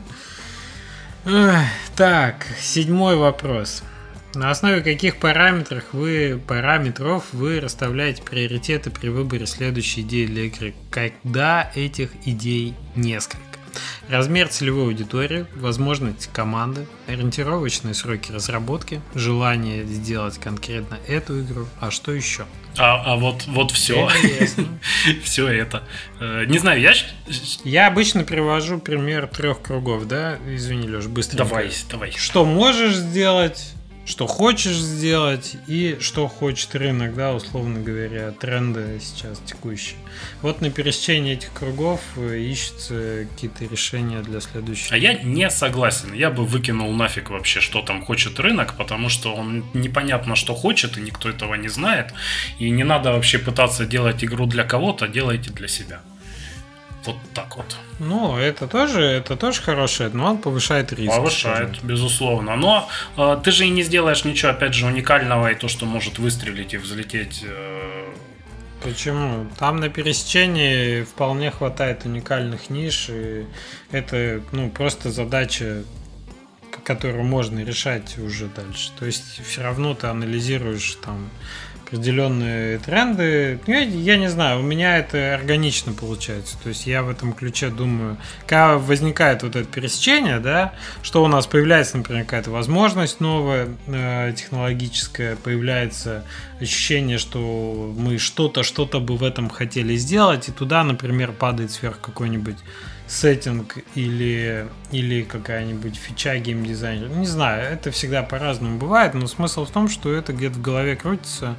Speaker 1: Так, 7-й вопрос. На основе каких параметров вы расставляете приоритеты при выборе следующей идеи для игры, когда этих идей несколько? Размер целевой аудитории, возможности команды, ориентировочные сроки разработки, желание сделать конкретно эту игру, а что еще?
Speaker 3: А вот все. Все это. Не знаю,
Speaker 1: Я обычно привожу пример 3 кругов, да? Извини, Леш, быстро.
Speaker 3: Давай.
Speaker 1: Что можешь сделать, что хочешь сделать и что хочет рынок, да, условно говоря, тренды сейчас текущие. Вот на пересечении этих кругов ищутся какие-то решения для следующего.
Speaker 3: А я не согласен. Я бы выкинул нафиг вообще, что там хочет рынок, потому что он непонятно, что хочет, и никто этого не знает. И не надо вообще пытаться делать игру для кого-то, делайте для себя. Вот так вот.
Speaker 1: Ну, это тоже хорошее, но он повышает риск.
Speaker 3: Повышает, безусловно. Но ты же и не сделаешь ничего, опять же, уникального, и то, что может выстрелить и взлететь.
Speaker 1: Почему? Там на пересечении вполне хватает уникальных ниш, и это, просто задача, которую можно решать уже дальше. То есть все равно ты анализируешь там определенные тренды. Я не знаю, у меня это органично получается. То есть я в этом ключе думаю, когда возникает вот это пересечение, да, что у нас появляется, например, какая-то возможность новая, технологическая, появляется ощущение, что мы что-то бы в этом хотели сделать, и туда, например, падает сверху какой-нибудь сеттинг или какая-нибудь фича геймдизайнера. Не знаю, это всегда по-разному бывает, но смысл в том, что это где-то в голове крутится,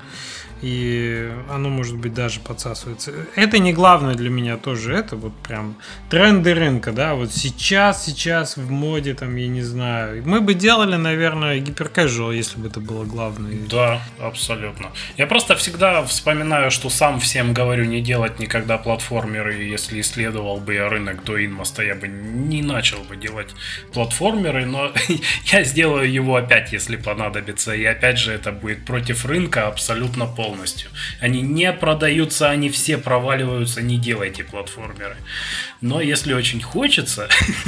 Speaker 1: и оно, может быть, даже подсасывается. Это не главное для меня тоже, это вот прям тренды рынка, да, вот сейчас в моде, там, я не знаю. Мы бы делали, наверное, гиперкэжуал, если бы это было главное.
Speaker 3: Да, абсолютно. Я просто всегда вспоминаю, что сам всем говорю не делать никогда платформеры, и если исследовал бы я рынок до Инмоста, я бы не начал бы делать платформеры, но я сделаю его опять, если понадобится, и опять же это будет против рынка абсолютно полностью. Они не продаются, они все проваливаются, не делайте платформеры. Но если очень хочется...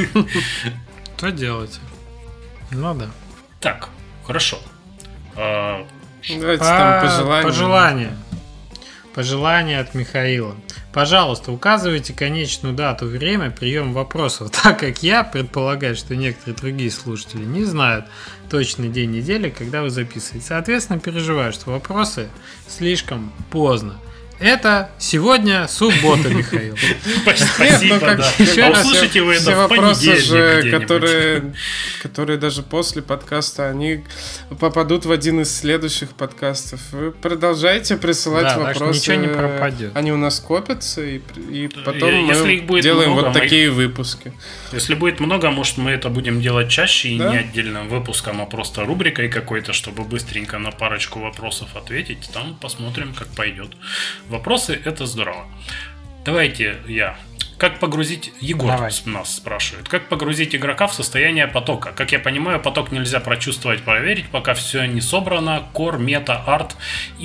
Speaker 1: То делайте. Ну да.
Speaker 3: Так, хорошо.
Speaker 2: Давайте там пожелания.
Speaker 1: Пожелания от Михаила. Пожалуйста, указывайте конечную дату, время приема вопросов, так как я предполагаю, что некоторые другие слушатели не знают точный день недели, когда вы записываете. Соответственно, переживаю, что вопросы слишком поздно. Это сегодня суббота, Михаил.
Speaker 3: Спасибо, да. Услышите вы это в понедельник,
Speaker 2: которые даже после подкаста, они попадут в один из следующих подкастов. Вы продолжайте присылать вопросы.
Speaker 1: Ничего не пропадет.
Speaker 2: Они у нас копятся, и потом мы делаем вот такие выпуски.
Speaker 3: Если будет много, может, мы это будем делать чаще и не отдельным выпуском, а просто рубрикой какой-то, чтобы быстренько на парочку вопросов ответить. Там посмотрим, как пойдет. Вопросы – это здорово. Давайте я. Как погрузить... Егор нас спрашивает. Как погрузить игрока в состояние потока? Как я понимаю, поток нельзя прочувствовать, проверить, пока все не собрано. Core, мета, арт.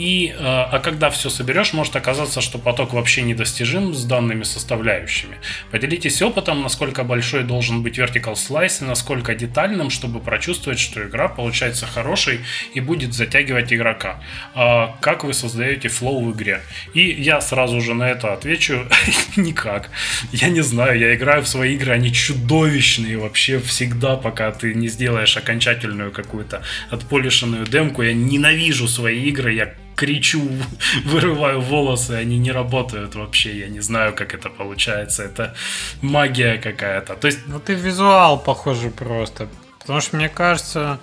Speaker 3: А когда все соберешь, может оказаться, что поток вообще недостижим с данными составляющими. Поделитесь опытом, насколько большой должен быть vertical slice и насколько детальным, чтобы прочувствовать, что игра получается хорошей и будет затягивать игрока. Как вы создаете флоу в игре? И я сразу же на это отвечу: никак. Я не знаю, я играю в свои игры, они чудовищные вообще всегда, пока ты не сделаешь окончательную какую-то отполишенную демку. Я ненавижу свои игры, я кричу, вырываю волосы, они не работают вообще, я не знаю, как это получается, это магия какая-то. То есть...
Speaker 1: Ну ты визуал, похоже, просто. Потому что мне кажется,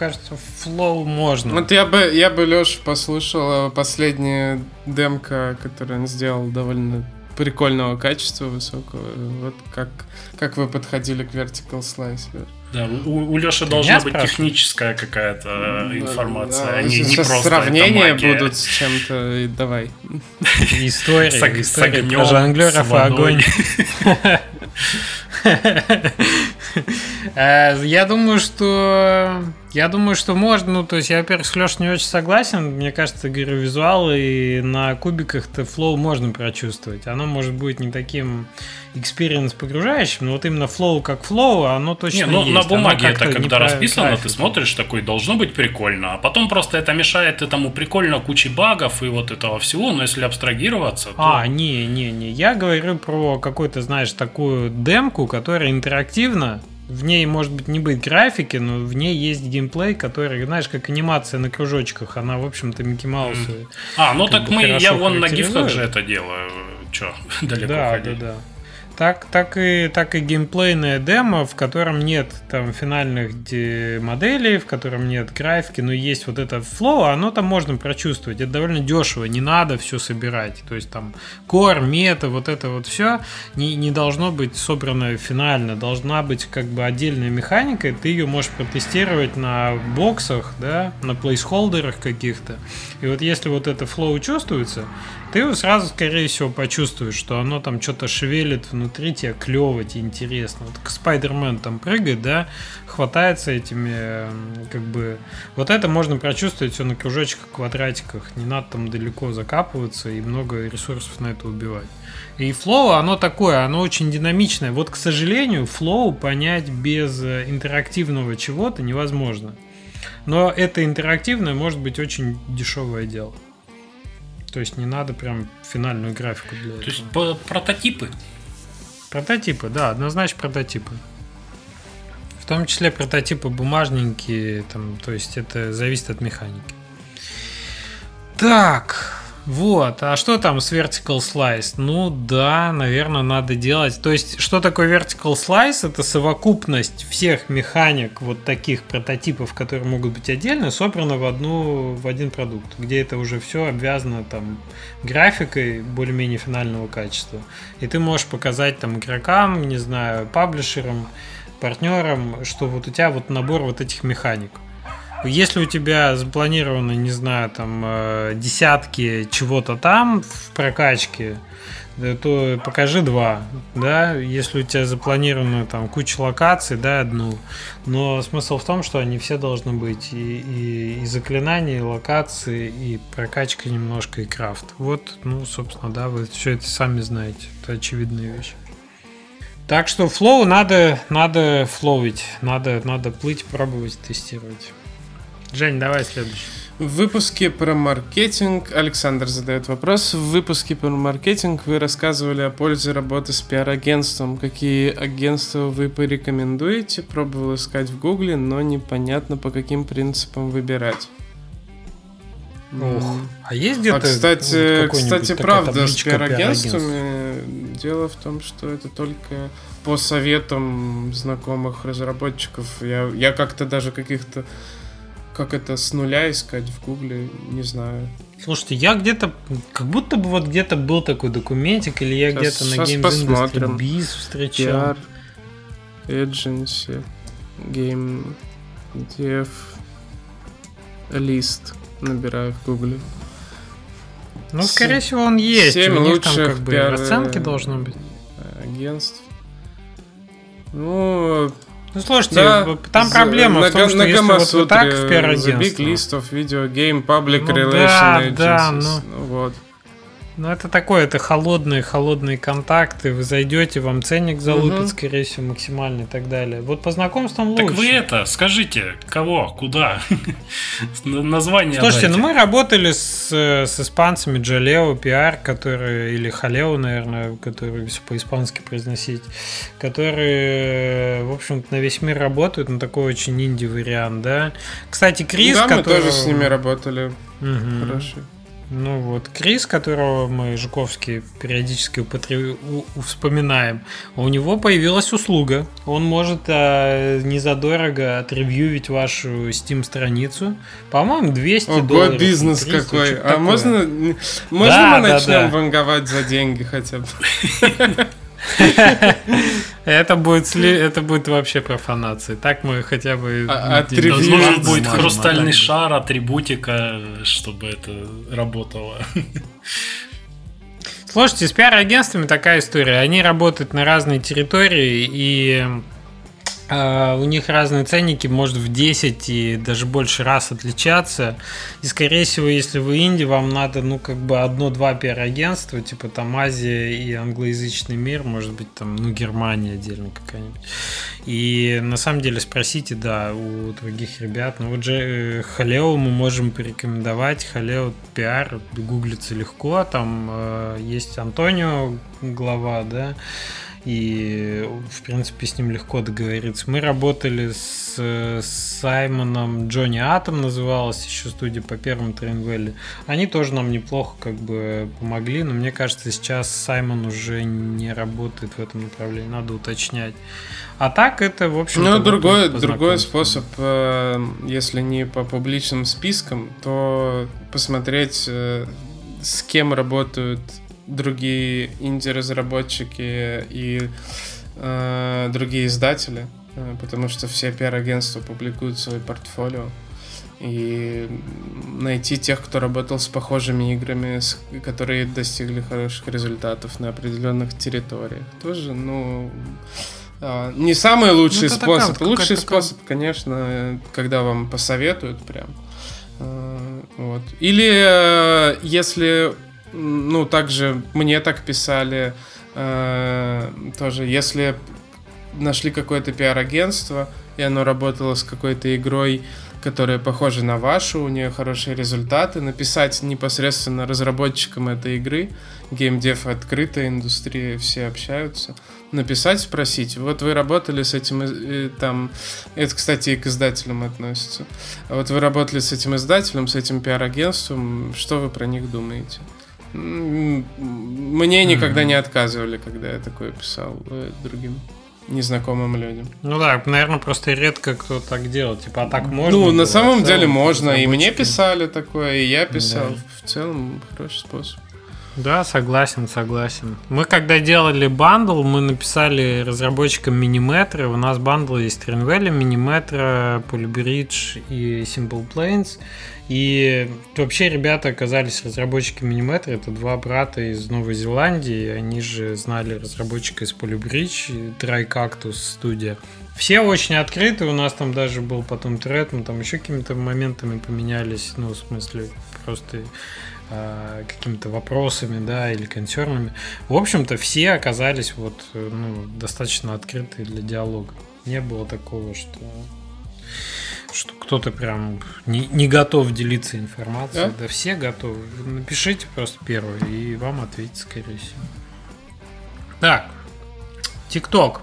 Speaker 1: флоу можно.
Speaker 2: Вот я бы Лёш послушал последняя демка, которую он сделал, довольно прикольного качества, высокого. Вот как вы подходили к Vertical Slice.
Speaker 3: Да, у Лёши должна быть техническая какая-то информация,
Speaker 2: да,
Speaker 3: не просто
Speaker 2: сравнения будут с чем-то. Давай.
Speaker 1: История про жонглёров и огонь. Я думаю, что можно. Ну, то есть я, во-первых, с Лешей не очень согласен. Мне кажется, говорю, визуалы и на кубиках-то флоу можно прочувствовать. Оно может быть не таким экспириенс погружающим, но вот именно флоу как флоу, оно точно есть.
Speaker 3: На бумаге это когда расписано, ты смотришь, такой, должно быть прикольно. А потом просто это мешает этому прикольно куче багов и вот этого всего. Но если абстрагироваться, то...
Speaker 1: Не. Я говорю про какую-то, знаешь, такую демку, которая интерактивна. В ней, может быть, не быть графики, но в ней есть геймплей, который, знаешь, как анимация на кружочках. Она, в общем-то, Микки Маус.
Speaker 3: Ну так я вон на гифках же это делаю. Че, далеко ходить?
Speaker 1: Да. Так и геймплейное демо, в котором нет там финальных моделей, в котором нет графики, но есть вот это флоу, оно там можно прочувствовать. Это довольно дешево, не надо все собирать. То есть там core, мета, вот это вот все не должно быть собрано финально. Должна быть как бы отдельная механика, и ты ее можешь протестировать на боксах, да, на плейсхолдерах каких-то. И вот если вот это флоу чувствуется, ты его сразу, скорее всего, почувствуешь, что оно там что-то шевелит внутри тебя, клево, тебе интересно. Вот как Спайдермен там прыгает, да, хватается этими, как бы... Вот это можно прочувствовать все на кружочках, квадратиках. Не надо там далеко закапываться и много ресурсов на это убивать. И флоу, оно такое, оно очень динамичное. Вот, к сожалению, флоу понять без интерактивного чего-то невозможно. Но это интерактивное может быть очень дешевое дело. То есть не надо прям финальную графику для этого.
Speaker 3: То есть прототипы?
Speaker 1: Прототипы, да, однозначно прототипы. В том числе прототипы бумажненькие, там, то есть это зависит от механики. Так, Вот, а что там с Vertical Slice? Ну да, наверное, надо делать. То есть, что такое Vertical Slice? Это совокупность всех механик вот таких прототипов, которые могут быть отдельно, собрано в один продукт, где это уже все обвязано там графикой более-менее финального качества. И ты можешь показать там игрокам, не знаю, паблишерам, партнерам, что вот у тебя вот набор вот этих механик. Если у тебя запланировано, не знаю, там десятки чего-то там в прокачке, то покажи 2, да, если у тебя запланировано там куча локаций, да, 1. Но смысл в том, что они все должны быть и заклинания, и локации, и прокачка немножко, и крафт. Вот, ну, собственно, да, вы все это сами знаете, это очевидная вещь. Так что флоу надо флоуить, надо плыть, пробовать, тестировать. Жень, давай следующий.
Speaker 2: В выпуске про маркетинг Александр задает вопрос. В выпуске про маркетинг вы рассказывали о пользе работы с пиар-агентством. Какие агентства вы порекомендуете? Пробовал искать в Гугле, но непонятно, по каким принципам выбирать.
Speaker 1: Ох, а есть где-то...
Speaker 2: Кстати, правда, с пиар-агентствами дело в том, что это только по советам знакомых разработчиков. Я как-то даже каких-то... Как это с нуля искать в Гугле, не знаю.
Speaker 1: Слушайте, я где-то, как будто бы вот где-то был такой документик, или я где-то на Games Industry Biz встречал.
Speaker 2: PR Agency, Game Dev List набираю в Гугле.
Speaker 1: Ну, скорее всего, он есть.
Speaker 2: 7
Speaker 1: у них там
Speaker 2: лучших
Speaker 1: как бы расценки должны быть.
Speaker 2: Агентств. Ну,
Speaker 1: слушайте, да, там проблема в том, что если вот вы так в пиар-агентство...
Speaker 2: The Big List of Video Game Public Relation Agencies.
Speaker 1: Вот. Ну, это такое, это холодные контакты. Вы зайдете, вам ценник залупят, скорее всего, максимально и так далее. Вот по знакомствам лучше.
Speaker 3: Так вы скажите, кого, куда? Название.
Speaker 1: Слушайте, ну мы работали с испанцами Jaleo PR, которые, или Jaleo, наверное, которые по-испански произносить, которые, в общем-то, на весь мир работают, на такой очень инди-вариант, да. Кстати, Крис,
Speaker 2: да, мы тоже с ними работали. Хорошо.
Speaker 1: Ну вот, Крис, которого мы, Жуковский, периодически вспоминаем, у него появилась услуга. Он может незадорого отревьювить вашу Steam-страницу. По-моему, $200.
Speaker 2: Ого, бизнес какой. А можно мы начнем ванговать за деньги хотя бы?
Speaker 1: Это будет вообще профанация. Так мы хотя бы...
Speaker 3: Возможно, будет хрустальный шар, атрибутика, чтобы это работало.
Speaker 1: Слушайте, с пиар-агентствами такая история. Они работают на разные территории, и у них разные ценники, может в 10 и даже больше раз отличаться. И скорее всего, если вы инди, вам надо, ну, как бы 1-2 пиар-агентства, типа там Азия и англоязычный мир, может быть, там, ну, Германия отдельно какая-нибудь. И на самом деле спросите, да, у других ребят. Ну, вот же Jaleo мы можем порекомендовать. Jaleo пиар, гуглится легко. Там есть Антонио, глава, да. И, в принципе, с ним легко договориться. Мы работали с Саймоном, Джонни Атом называлась еще студия по первому Train Valley. Они тоже нам неплохо как бы помогли, но мне кажется, сейчас Саймон уже не работает в этом направлении, надо уточнять. А так это, в общем...
Speaker 2: Ну, другой способ, если не по публичным спискам, то посмотреть, с кем работают другие инди-разработчики и другие издатели, потому что все пиар-агентства публикуют свой портфолио, и найти тех, кто работал с похожими играми, которые достигли хороших результатов на определенных территориях. Тоже, ну, не самый лучший способ. Лучший способ, конечно, когда вам посоветуют прям. Вот. Или если... Ну, также мне так писали тоже, если нашли какое-то пиар-агентство, и оно работало с какой-то игрой, которая похожа на вашу, у нее хорошие результаты, написать непосредственно разработчикам этой игры. Геймдев — открытая индустрия, все общаются. написать, спросить. Вот вы работали с этим, там, это, кстати, и к издателям относится. А вот вы работали с этим издателем, с этим пиар-агентством, что вы про них думаете? Мне никогда не отказывали, когда я такое писал другим незнакомым людям.
Speaker 1: Ну да, наверное, просто редко кто так делает. Типа, а так можно?
Speaker 2: Ну, на самом деле можно. И мне писали такое, и я писал. Да. В целом, хороший способ.
Speaker 1: Да, согласен. Мы когда делали бандл, мы написали разработчикам Minimetra. У нас бандл есть Trainvalley, Minimetra, Polybridge и Simple Planes. И вообще ребята оказались разработчиками Minimetra. Это два брата из Новой Зеландии. Они же знали разработчика из Polybridge, Dry Cactus Studio. Все очень открыты. У нас там даже был потом тред. Мы там еще какими-то моментами поменялись. Ну, в смысле, просто какими-то вопросами, да, или консернами. В общем-то, все оказались вот, ну, достаточно открыты для диалога. Не было такого, что кто-то прям не готов делиться информацией. Да, все готовы. Напишите просто первый, и вам ответят, скорее всего. Так, ТикТок.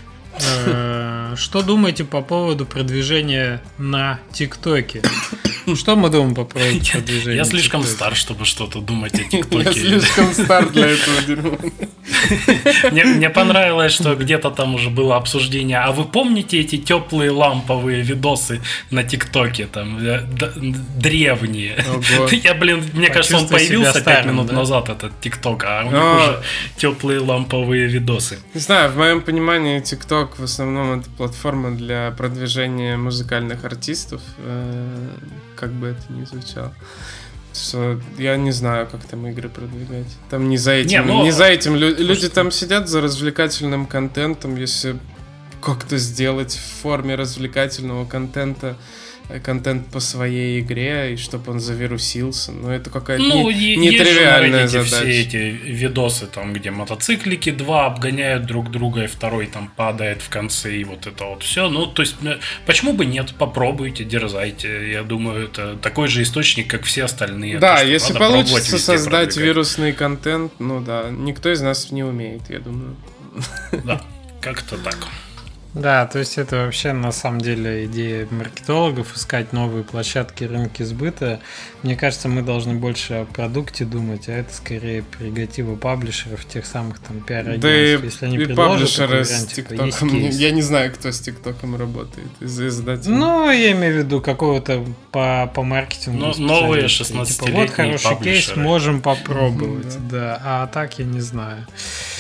Speaker 1: Что думаете по поводу продвижения на ТикТоке? Что мы думаем по поводу продвижения?
Speaker 3: Я слишком стар, чтобы что-то думать о ТикТоке.
Speaker 2: Я слишком стар для этого дерьма.
Speaker 3: Мне понравилось, что где-то там уже было обсуждение. А вы помните эти теплые ламповые видосы на ТикТоке? Там древние. Я, мне кажется, он появился 5 минут назад, этот ТикТок, а у них уже теплые ламповые видосы.
Speaker 2: Не знаю, в моем понимании ТикТок в основном это платформа для продвижения музыкальных артистов, как бы это ни звучало. Я не знаю, как там игры продвигать. Там не за этим. Люди там сидят за развлекательным контентом. Если как-то сделать в форме развлекательного контента контент по своей игре, и чтобы он завирусился. Ну, это какая-то нетривиальная задача.
Speaker 3: Все эти видосы, там, где мотоциклики два обгоняют друг друга, и второй там падает в конце, и вот это вот все. Ну, то есть, почему бы нет? Попробуйте, дерзайте. Я думаю, это такой же источник, как все остальные.
Speaker 2: Да, если получится создать вирусный контент, ну да, никто из нас не умеет, я думаю.
Speaker 3: Да, как-то так.
Speaker 1: Да, то есть это вообще на самом деле идея маркетологов искать новые площадки рынка сбыта. Мне кажется, мы должны больше о продукте думать, а это скорее прерогатива паблишеров, тех самых там пиар-агентств.
Speaker 2: Да
Speaker 1: если они
Speaker 2: и паблишеры с ТикТоком. Я не знаю, кто с ТикТоком работает из издателей.
Speaker 1: Ну, я имею в виду какого-то по маркетингу.
Speaker 3: Новые 16-летние
Speaker 1: типа, вот хороший
Speaker 3: паблишеры.
Speaker 1: Кейс, можем попробовать. Да, а так я не знаю.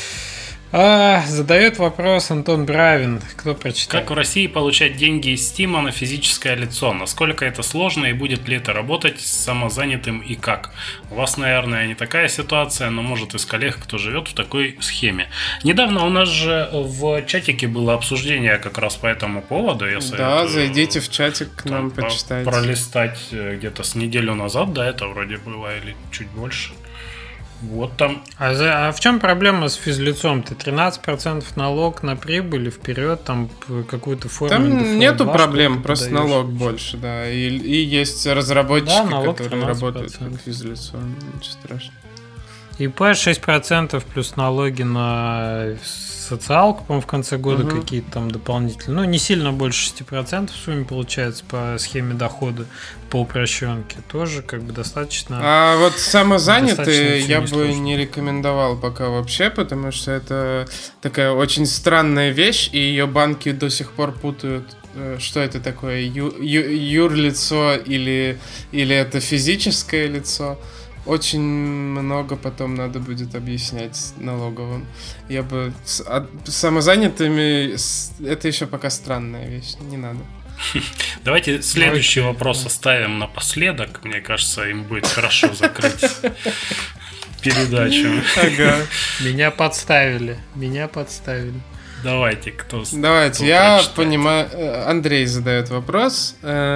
Speaker 1: Задает вопрос Антон Бравин. Кто прочитает?
Speaker 3: Как в России получать деньги из Стима на физическое лицо? Насколько это сложно и будет ли это работать с самозанятым и как? У вас, наверное, не такая ситуация, но может из коллег, кто живет в такой схеме. Недавно у нас же в чатике было обсуждение как раз по этому поводу. Я
Speaker 2: советую, зайдите в чатик к нам, почитайте.
Speaker 3: Пролистать где-то с неделю назад, да, это вроде было, или чуть больше. Вот там.
Speaker 1: А в чем проблема с физлицом? Ты 13% налог на прибыль и вперед, там какую-то форму.
Speaker 2: Там нету проблем, просто налог больше, да. И есть разработчики, да, которые работают как физлицо. Ничего страшного.
Speaker 1: ИП 6% плюс налоги на социалку, по-моему, в конце года какие-то там дополнительные. Ну, не сильно больше 6% в сумме получается по схеме дохода по упрощенке. Тоже как бы достаточно.
Speaker 2: А вот самозанятые я бы не рекомендовал пока вообще, потому что это такая очень странная вещь, и ее банки до сих пор путают. Что это такое? Юрлицо или это физическое лицо? Очень много потом надо будет объяснять налоговым. Я бы... Самозанятыми... Это еще пока странная вещь. Не надо.
Speaker 3: Давайте следующий вопрос оставим напоследок. Мне кажется, им будет хорошо закрыть передачу.
Speaker 2: Ага.
Speaker 1: Меня подставили.
Speaker 3: Давайте, кто
Speaker 2: я понимаю... Андрей задает вопрос.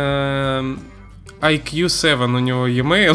Speaker 2: IQ7, у него e-mail...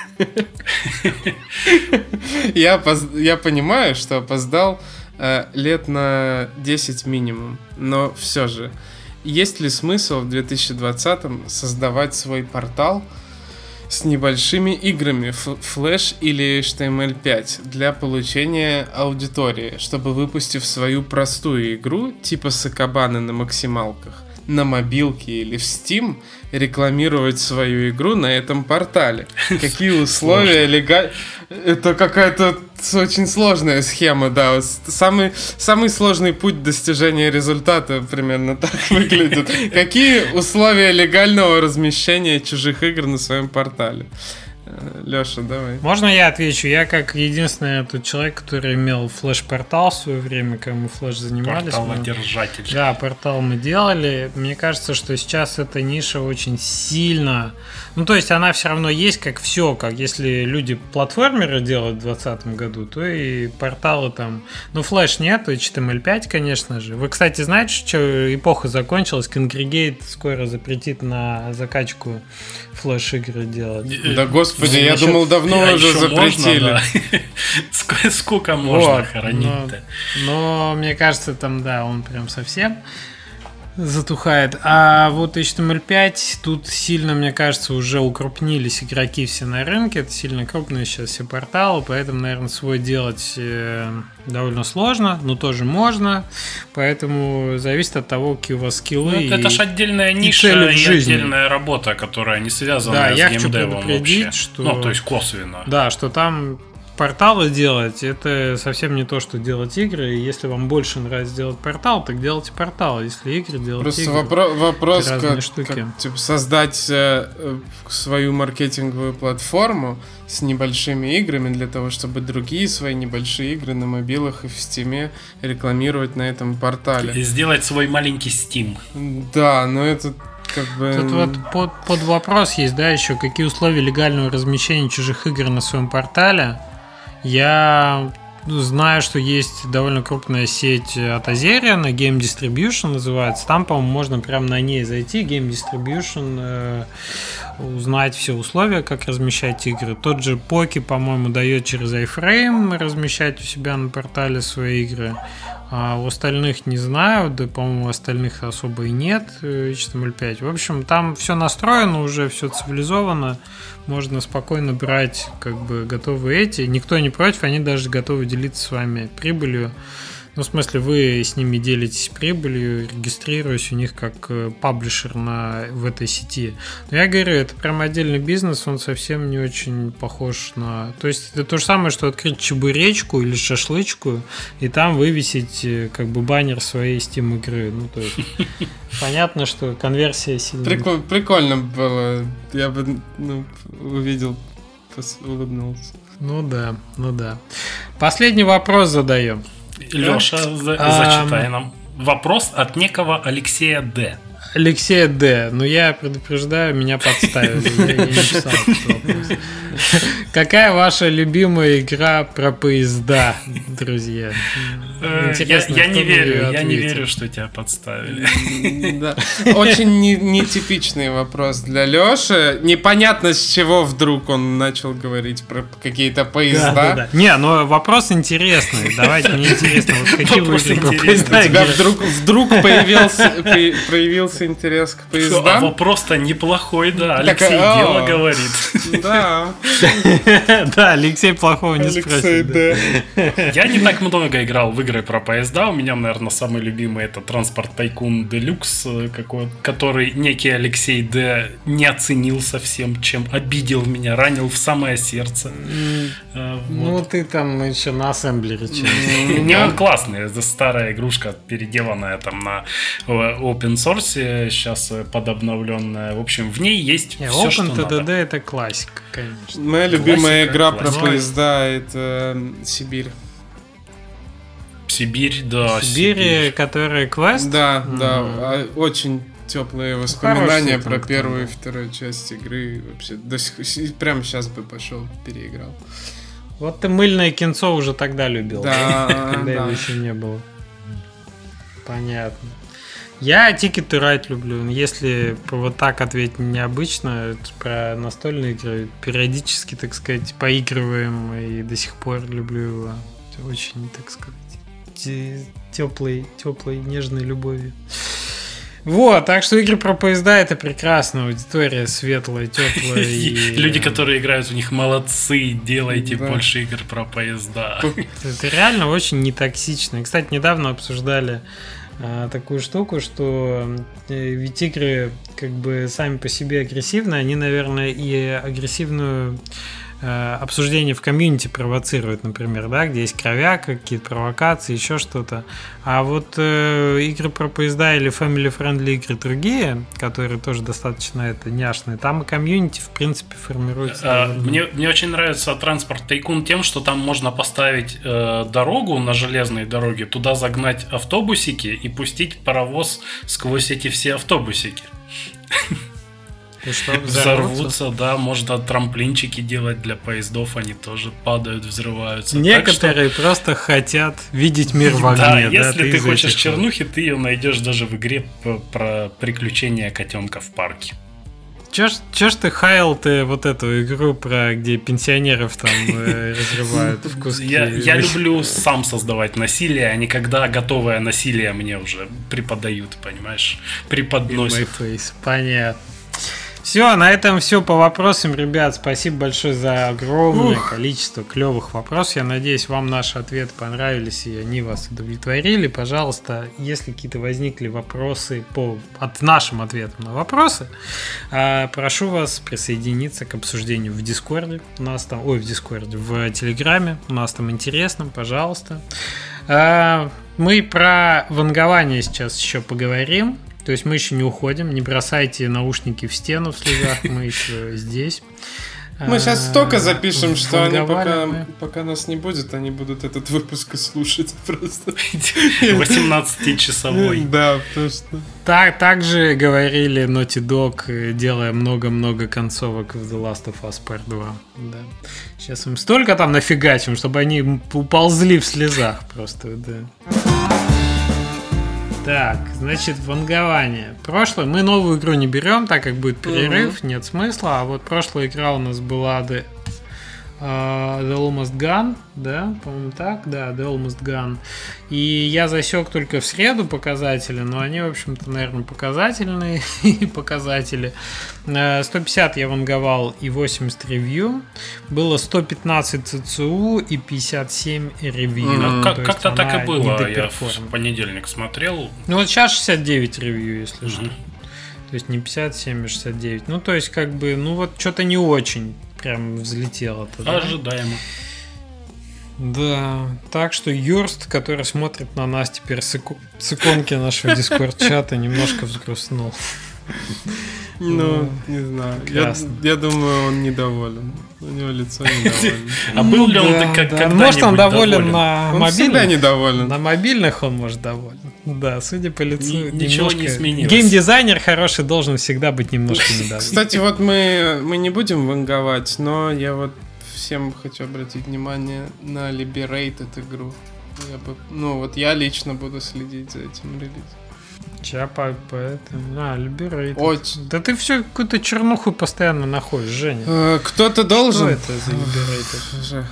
Speaker 2: Я понимаю, что опоздал лет на 10 минимум, но все же, есть ли смысл в 2020-м создавать свой портал с небольшими играми Flash или HTML5 для получения аудитории, чтобы, выпустив свою простую игру, типа Сакабаны на максималках, на мобилке или в Steam, рекламировать свою игру на этом портале. Какие условия легально... Это какая-то очень сложная схема, да. Самый сложный путь достижения результата примерно так выглядит. Какие условия легального размещения чужих игр на своем портале? Леша, давай.
Speaker 1: Можно я отвечу? Я как единственный тот человек, который имел флеш-портал в свое время, когда мы флеш занимались.
Speaker 3: Порталодержатель.
Speaker 1: Да, портал мы делали. Мне кажется, что сейчас эта ниша очень сильно... Ну, то есть она все равно есть, как все. Как если люди платформеры делают в 2020 году, то и порталы там... Ну, флеш нет, HTML5, конечно же. Вы, кстати, знаете, что эпоха закончилась? Конгрегейт скоро запретит на закачку флеш-игры делать.
Speaker 2: Да, господи, я думал, давно уже запретили.
Speaker 3: Сколько можно хоронить-то?
Speaker 1: Но мне кажется, там, да, он прям совсем затухает. А вот HTML5, тут сильно, мне кажется, уже укрупнились игроки все на рынке. Это сильно крупные сейчас все порталы, поэтому, наверное, свой делать довольно сложно, но тоже можно. Поэтому зависит от того, какие у вас скиллы.
Speaker 3: Ну, это же отдельная ниша и отдельная работа, которая не связана с геймдевом вообще.
Speaker 1: Что...
Speaker 3: Ну, то есть косвенно.
Speaker 1: Да, что там порталы делать, это совсем не то, что делать игры. И если вам больше нравится делать портал, так делайте портал. Если игры, делайте
Speaker 2: просто
Speaker 1: игры.
Speaker 2: Вопрос, как
Speaker 1: типа,
Speaker 2: создать свою маркетинговую платформу с небольшими играми для того, чтобы другие свои небольшие игры на мобилах и в Steam рекламировать на этом портале.
Speaker 3: И сделать свой маленький Steam.
Speaker 2: Да, но это... Как бы...
Speaker 1: Тут вот под вопрос есть, да, еще какие условия легального размещения чужих игр на своем портале. Я знаю, что есть довольно крупная сеть от Azerion, Game Distribution называется. Там, по-моему, можно прямо на ней зайти, Game Distribution, узнать все условия, как размещать игры. Тот же Poki, по-моему, дает через iFrame размещать у себя на портале свои игры. А у остальных не знаю, да, по-моему, у остальных особо и нет HTML5. В общем, там все настроено уже, все цивилизовано. Можно спокойно брать как бы готовые эти. Никто не против, они даже готовы делиться с вами прибылью. Ну, в смысле, вы с ними делитесь прибылью, регистрируясь у них как паблишер в этой сети. Но я говорю, это прям отдельный бизнес, он совсем не очень похож на... То есть, это то же самое, что открыть чебуречку или шашлычку, и там вывесить как бы баннер своей Steam игры. Ну, то есть, понятно, что конверсия сильно...
Speaker 2: Прикольно было. Я бы увидел, улыбнулся.
Speaker 1: Ну да. Последний вопрос задаем.
Speaker 3: Леша, зачитай нам. Вопрос от некого Алексея Д.
Speaker 1: Алексея Д. Ну, я предупреждаю, меня подставили. Я не писал этот вопрос. Какая ваша любимая игра про поезда, друзья?
Speaker 3: Интересно, я не верю, что тебя подставили.
Speaker 2: Да. Очень нетипичный вопрос для Лёши. Непонятно, с чего вдруг он начал говорить про какие-то поезда.
Speaker 1: Да. Не, но вопрос интересный. Давайте, мне интересно, вот какие вы игры про поезда.
Speaker 2: У тебя вдруг проявился интерес к поездам.
Speaker 3: А вопрос-то неплохой, да. Алексей дело говорит.
Speaker 2: Да.
Speaker 1: Да, Алексей плохого не спросит.
Speaker 3: Я не так много играл в игры про поезда. У меня, наверное, самый любимый это Транспорт Тайкун Делюкс, который некий Алексей Д не оценил совсем, чем обидел меня, ранил в самое сердце.
Speaker 1: Ну, ты там еще на ассемблере.
Speaker 3: Не, он классный. Это старая игрушка, переделанная там на open source, сейчас подобновленная. В общем, в ней есть все, что надо.
Speaker 1: OpenTDD это классика, конечно.
Speaker 2: Моя любимая игра про поезда это Сибирь.
Speaker 3: Сибирь, да.
Speaker 1: Сибирь, которая квест?
Speaker 2: Да. Очень теплые воспоминания про первую и вторую часть игры. Вообще, прямо сейчас бы пошел, переиграл.
Speaker 1: Вот ты мыльное кинцо уже тогда любил, когда его еще не было. Понятно. Я Ticket to Ride люблю. Если вот так ответить необычно, про настольные игры периодически, так сказать, поигрываем и до сих пор люблю его. Очень, так сказать, теплой, нежной любовью. Вот, так что игры про поезда — это прекрасно, аудитория светлая, теплая.
Speaker 3: Люди, которые играют в них, молодцы, делайте больше игр про поезда.
Speaker 1: Это реально очень нетоксично. И, кстати, недавно обсуждали такую штуку, что ведь игры как бы сами по себе агрессивные, они, наверное, и агрессивную обсуждение в комьюнити провоцирует, например, да, где есть кровяка, какие-то провокации, еще что-то. А вот игры про поезда или family-friendly игры другие, которые тоже достаточно няшные, там и комьюнити, в принципе, формируется.
Speaker 3: Мне очень нравится Transport Tycoon тем, что там можно поставить дорогу на железной дороге, туда загнать автобусики и пустить паровоз сквозь эти все автобусики. Взорвутся, да, можно трамплинчики делать для поездов, они тоже падают, взрываются.
Speaker 1: Некоторые просто хотят видеть мир в огне.
Speaker 3: Да, если ты хочешь чернухи, ты ее найдешь даже в игре про приключения котенка в парке.
Speaker 1: Чё ж ты хаял вот эту игру, про где пенсионеров там разрывают в куски?
Speaker 3: Я люблю сам создавать насилие, а не когда готовое насилие мне уже преподают, понимаешь? Преподносят.
Speaker 1: Понятно. Все, на этом все по вопросам, ребят. Спасибо большое за огромное количество клевых вопросов. Я надеюсь, вам наши ответы понравились и они вас удовлетворили. Пожалуйста, если какие-то возникли вопросы от нашим ответам на вопросы, прошу вас присоединиться к обсуждению в Дискорде. У нас там, в Телеграме. У нас там интересно, пожалуйста. Мы про вангование сейчас еще поговорим. То есть мы еще не уходим, не бросайте наушники в стену в слезах, мы еще здесь.
Speaker 2: Мы сейчас столько запишем, что они пока нас не будет, они будут этот выпуск слушать просто.
Speaker 3: 18-часовой.
Speaker 2: Да, потому что...
Speaker 1: Также говорили Naughty Dog, делая много-много концовок в The Last of Us Part 2. Да. Сейчас им столько там нафигачим, чтобы они уползли в слезах просто, да. Так, значит, вангование. Прошлое, мы новую игру не берем, так как будет перерыв, нет смысла. А вот прошлая игра у нас была The Almost Gone, да, по-моему так, да, The Almost Gone. И я засек только в среду показатели, но они, в общем-то, наверное, показательные показатели. 150 я ванговал и 80 ревью. Было 115 ЦЦУ и 57 ревью.
Speaker 3: Как-то так и было, я в понедельник смотрел.
Speaker 1: Ну вот сейчас 69 ревью, если что. То есть не 57, а 69. Ну, то есть, как бы, ну вот что-то не очень прям взлетело.
Speaker 3: Ожидаемо.
Speaker 1: Да, так что Юрст, который смотрит на нас теперь с иконки нашего Дискорд-чата, немножко взгрустнул.
Speaker 2: Ну, не знаю. Я думаю, он недоволен. У него лицо недовольно.
Speaker 3: А был ли он когда-нибудь
Speaker 1: может, он доволен на мобильных?
Speaker 2: Он всегда недоволен.
Speaker 1: На мобильных он может доволен. Да, судя по лицу,
Speaker 3: ничего не изменилось.
Speaker 1: Геймдизайнер хороший должен всегда быть немножко недоволен.
Speaker 2: Кстати, вот мы не будем ванговать, но я вот всем хочу обратить внимание на Liberated игру. Я лично буду следить за этим релизом.
Speaker 1: Liberated.
Speaker 2: Очень.
Speaker 1: Да ты все какую-то чернуху постоянно находишь, Женя.
Speaker 2: Кто-то должен.
Speaker 1: Что это за Liberated?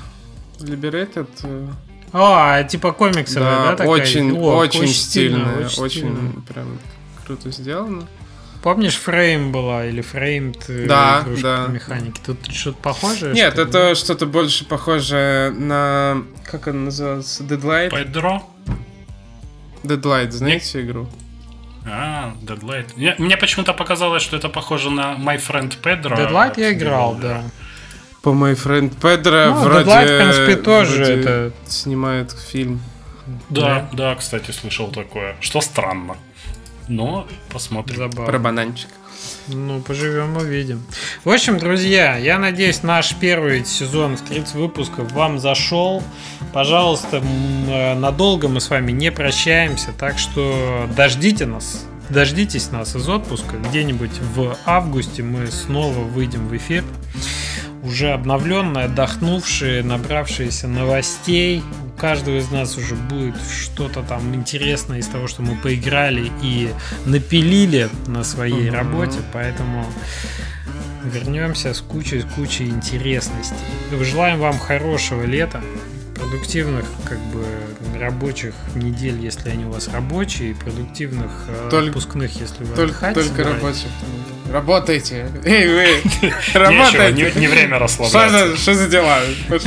Speaker 2: Liberated.
Speaker 1: Типа комиксовая, да, такая?
Speaker 2: Очень стильная, очень прям круто сделано.
Speaker 1: Помнишь, Frame была или Framed?
Speaker 2: Да.
Speaker 1: Механики. Тут что-то похожее?
Speaker 2: Нет, это что-то больше похожее на... Как она называется? Deadlight?
Speaker 3: Pedro?
Speaker 2: Deadlight, знаете игру?
Speaker 3: Deadlight. Мне почему-то показалось, что это похоже на My Friend Pedro.
Speaker 1: Deadlight я играл, да.
Speaker 2: По My Friend Pedro вроде...
Speaker 1: Deadlight, в принципе, тоже это...
Speaker 2: снимает фильм.
Speaker 3: Да, кстати, слышал такое. Что странно. Но посмотрим.
Speaker 1: Забавно.
Speaker 2: Про бананчик.
Speaker 1: Ну, поживем, увидим. В общем, друзья, я надеюсь, наш первый сезон в 30 выпусков вам зашел. Пожалуйста, надолго мы с вами не прощаемся, так что дождитесь нас из отпуска. Где-нибудь в августе мы снова выйдем в эфир. Уже обновленные, отдохнувшие, набравшиеся новостей. У каждого из нас уже будет что-то там интересное из того, что мы поиграли и напилили на своей работе. Поэтому вернемся с кучей интересностей. Желаем вам хорошего лета, продуктивных рабочих недель, если они у вас рабочие, и продуктивных отпускных, если вы
Speaker 2: отдыхать только собираете. Рабочих. Работайте. Эй, вы!
Speaker 3: Работайте! Не время расслабляться.
Speaker 2: Что за дела?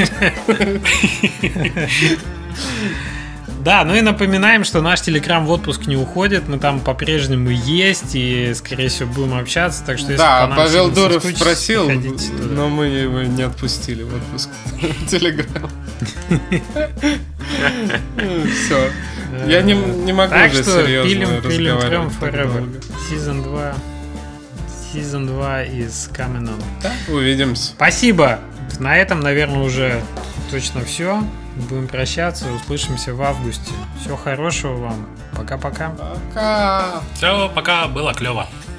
Speaker 1: Да, ну и напоминаем, что наш Телеграм в отпуск не уходит, мы там по-прежнему есть и, скорее всего, будем общаться, так что если
Speaker 2: да, Павел Дуров спросил, но мы его не отпустили в отпуск. Телеграм. Все. Я не могу уже серьезно разговаривать. Season 2 is coming on. Да, увидимся.
Speaker 1: Спасибо. На этом, наверное, уже точно все. Будем прощаться, услышимся в августе. Всего хорошего вам. Пока-пока.
Speaker 2: Пока.
Speaker 3: Все, пока, было клево.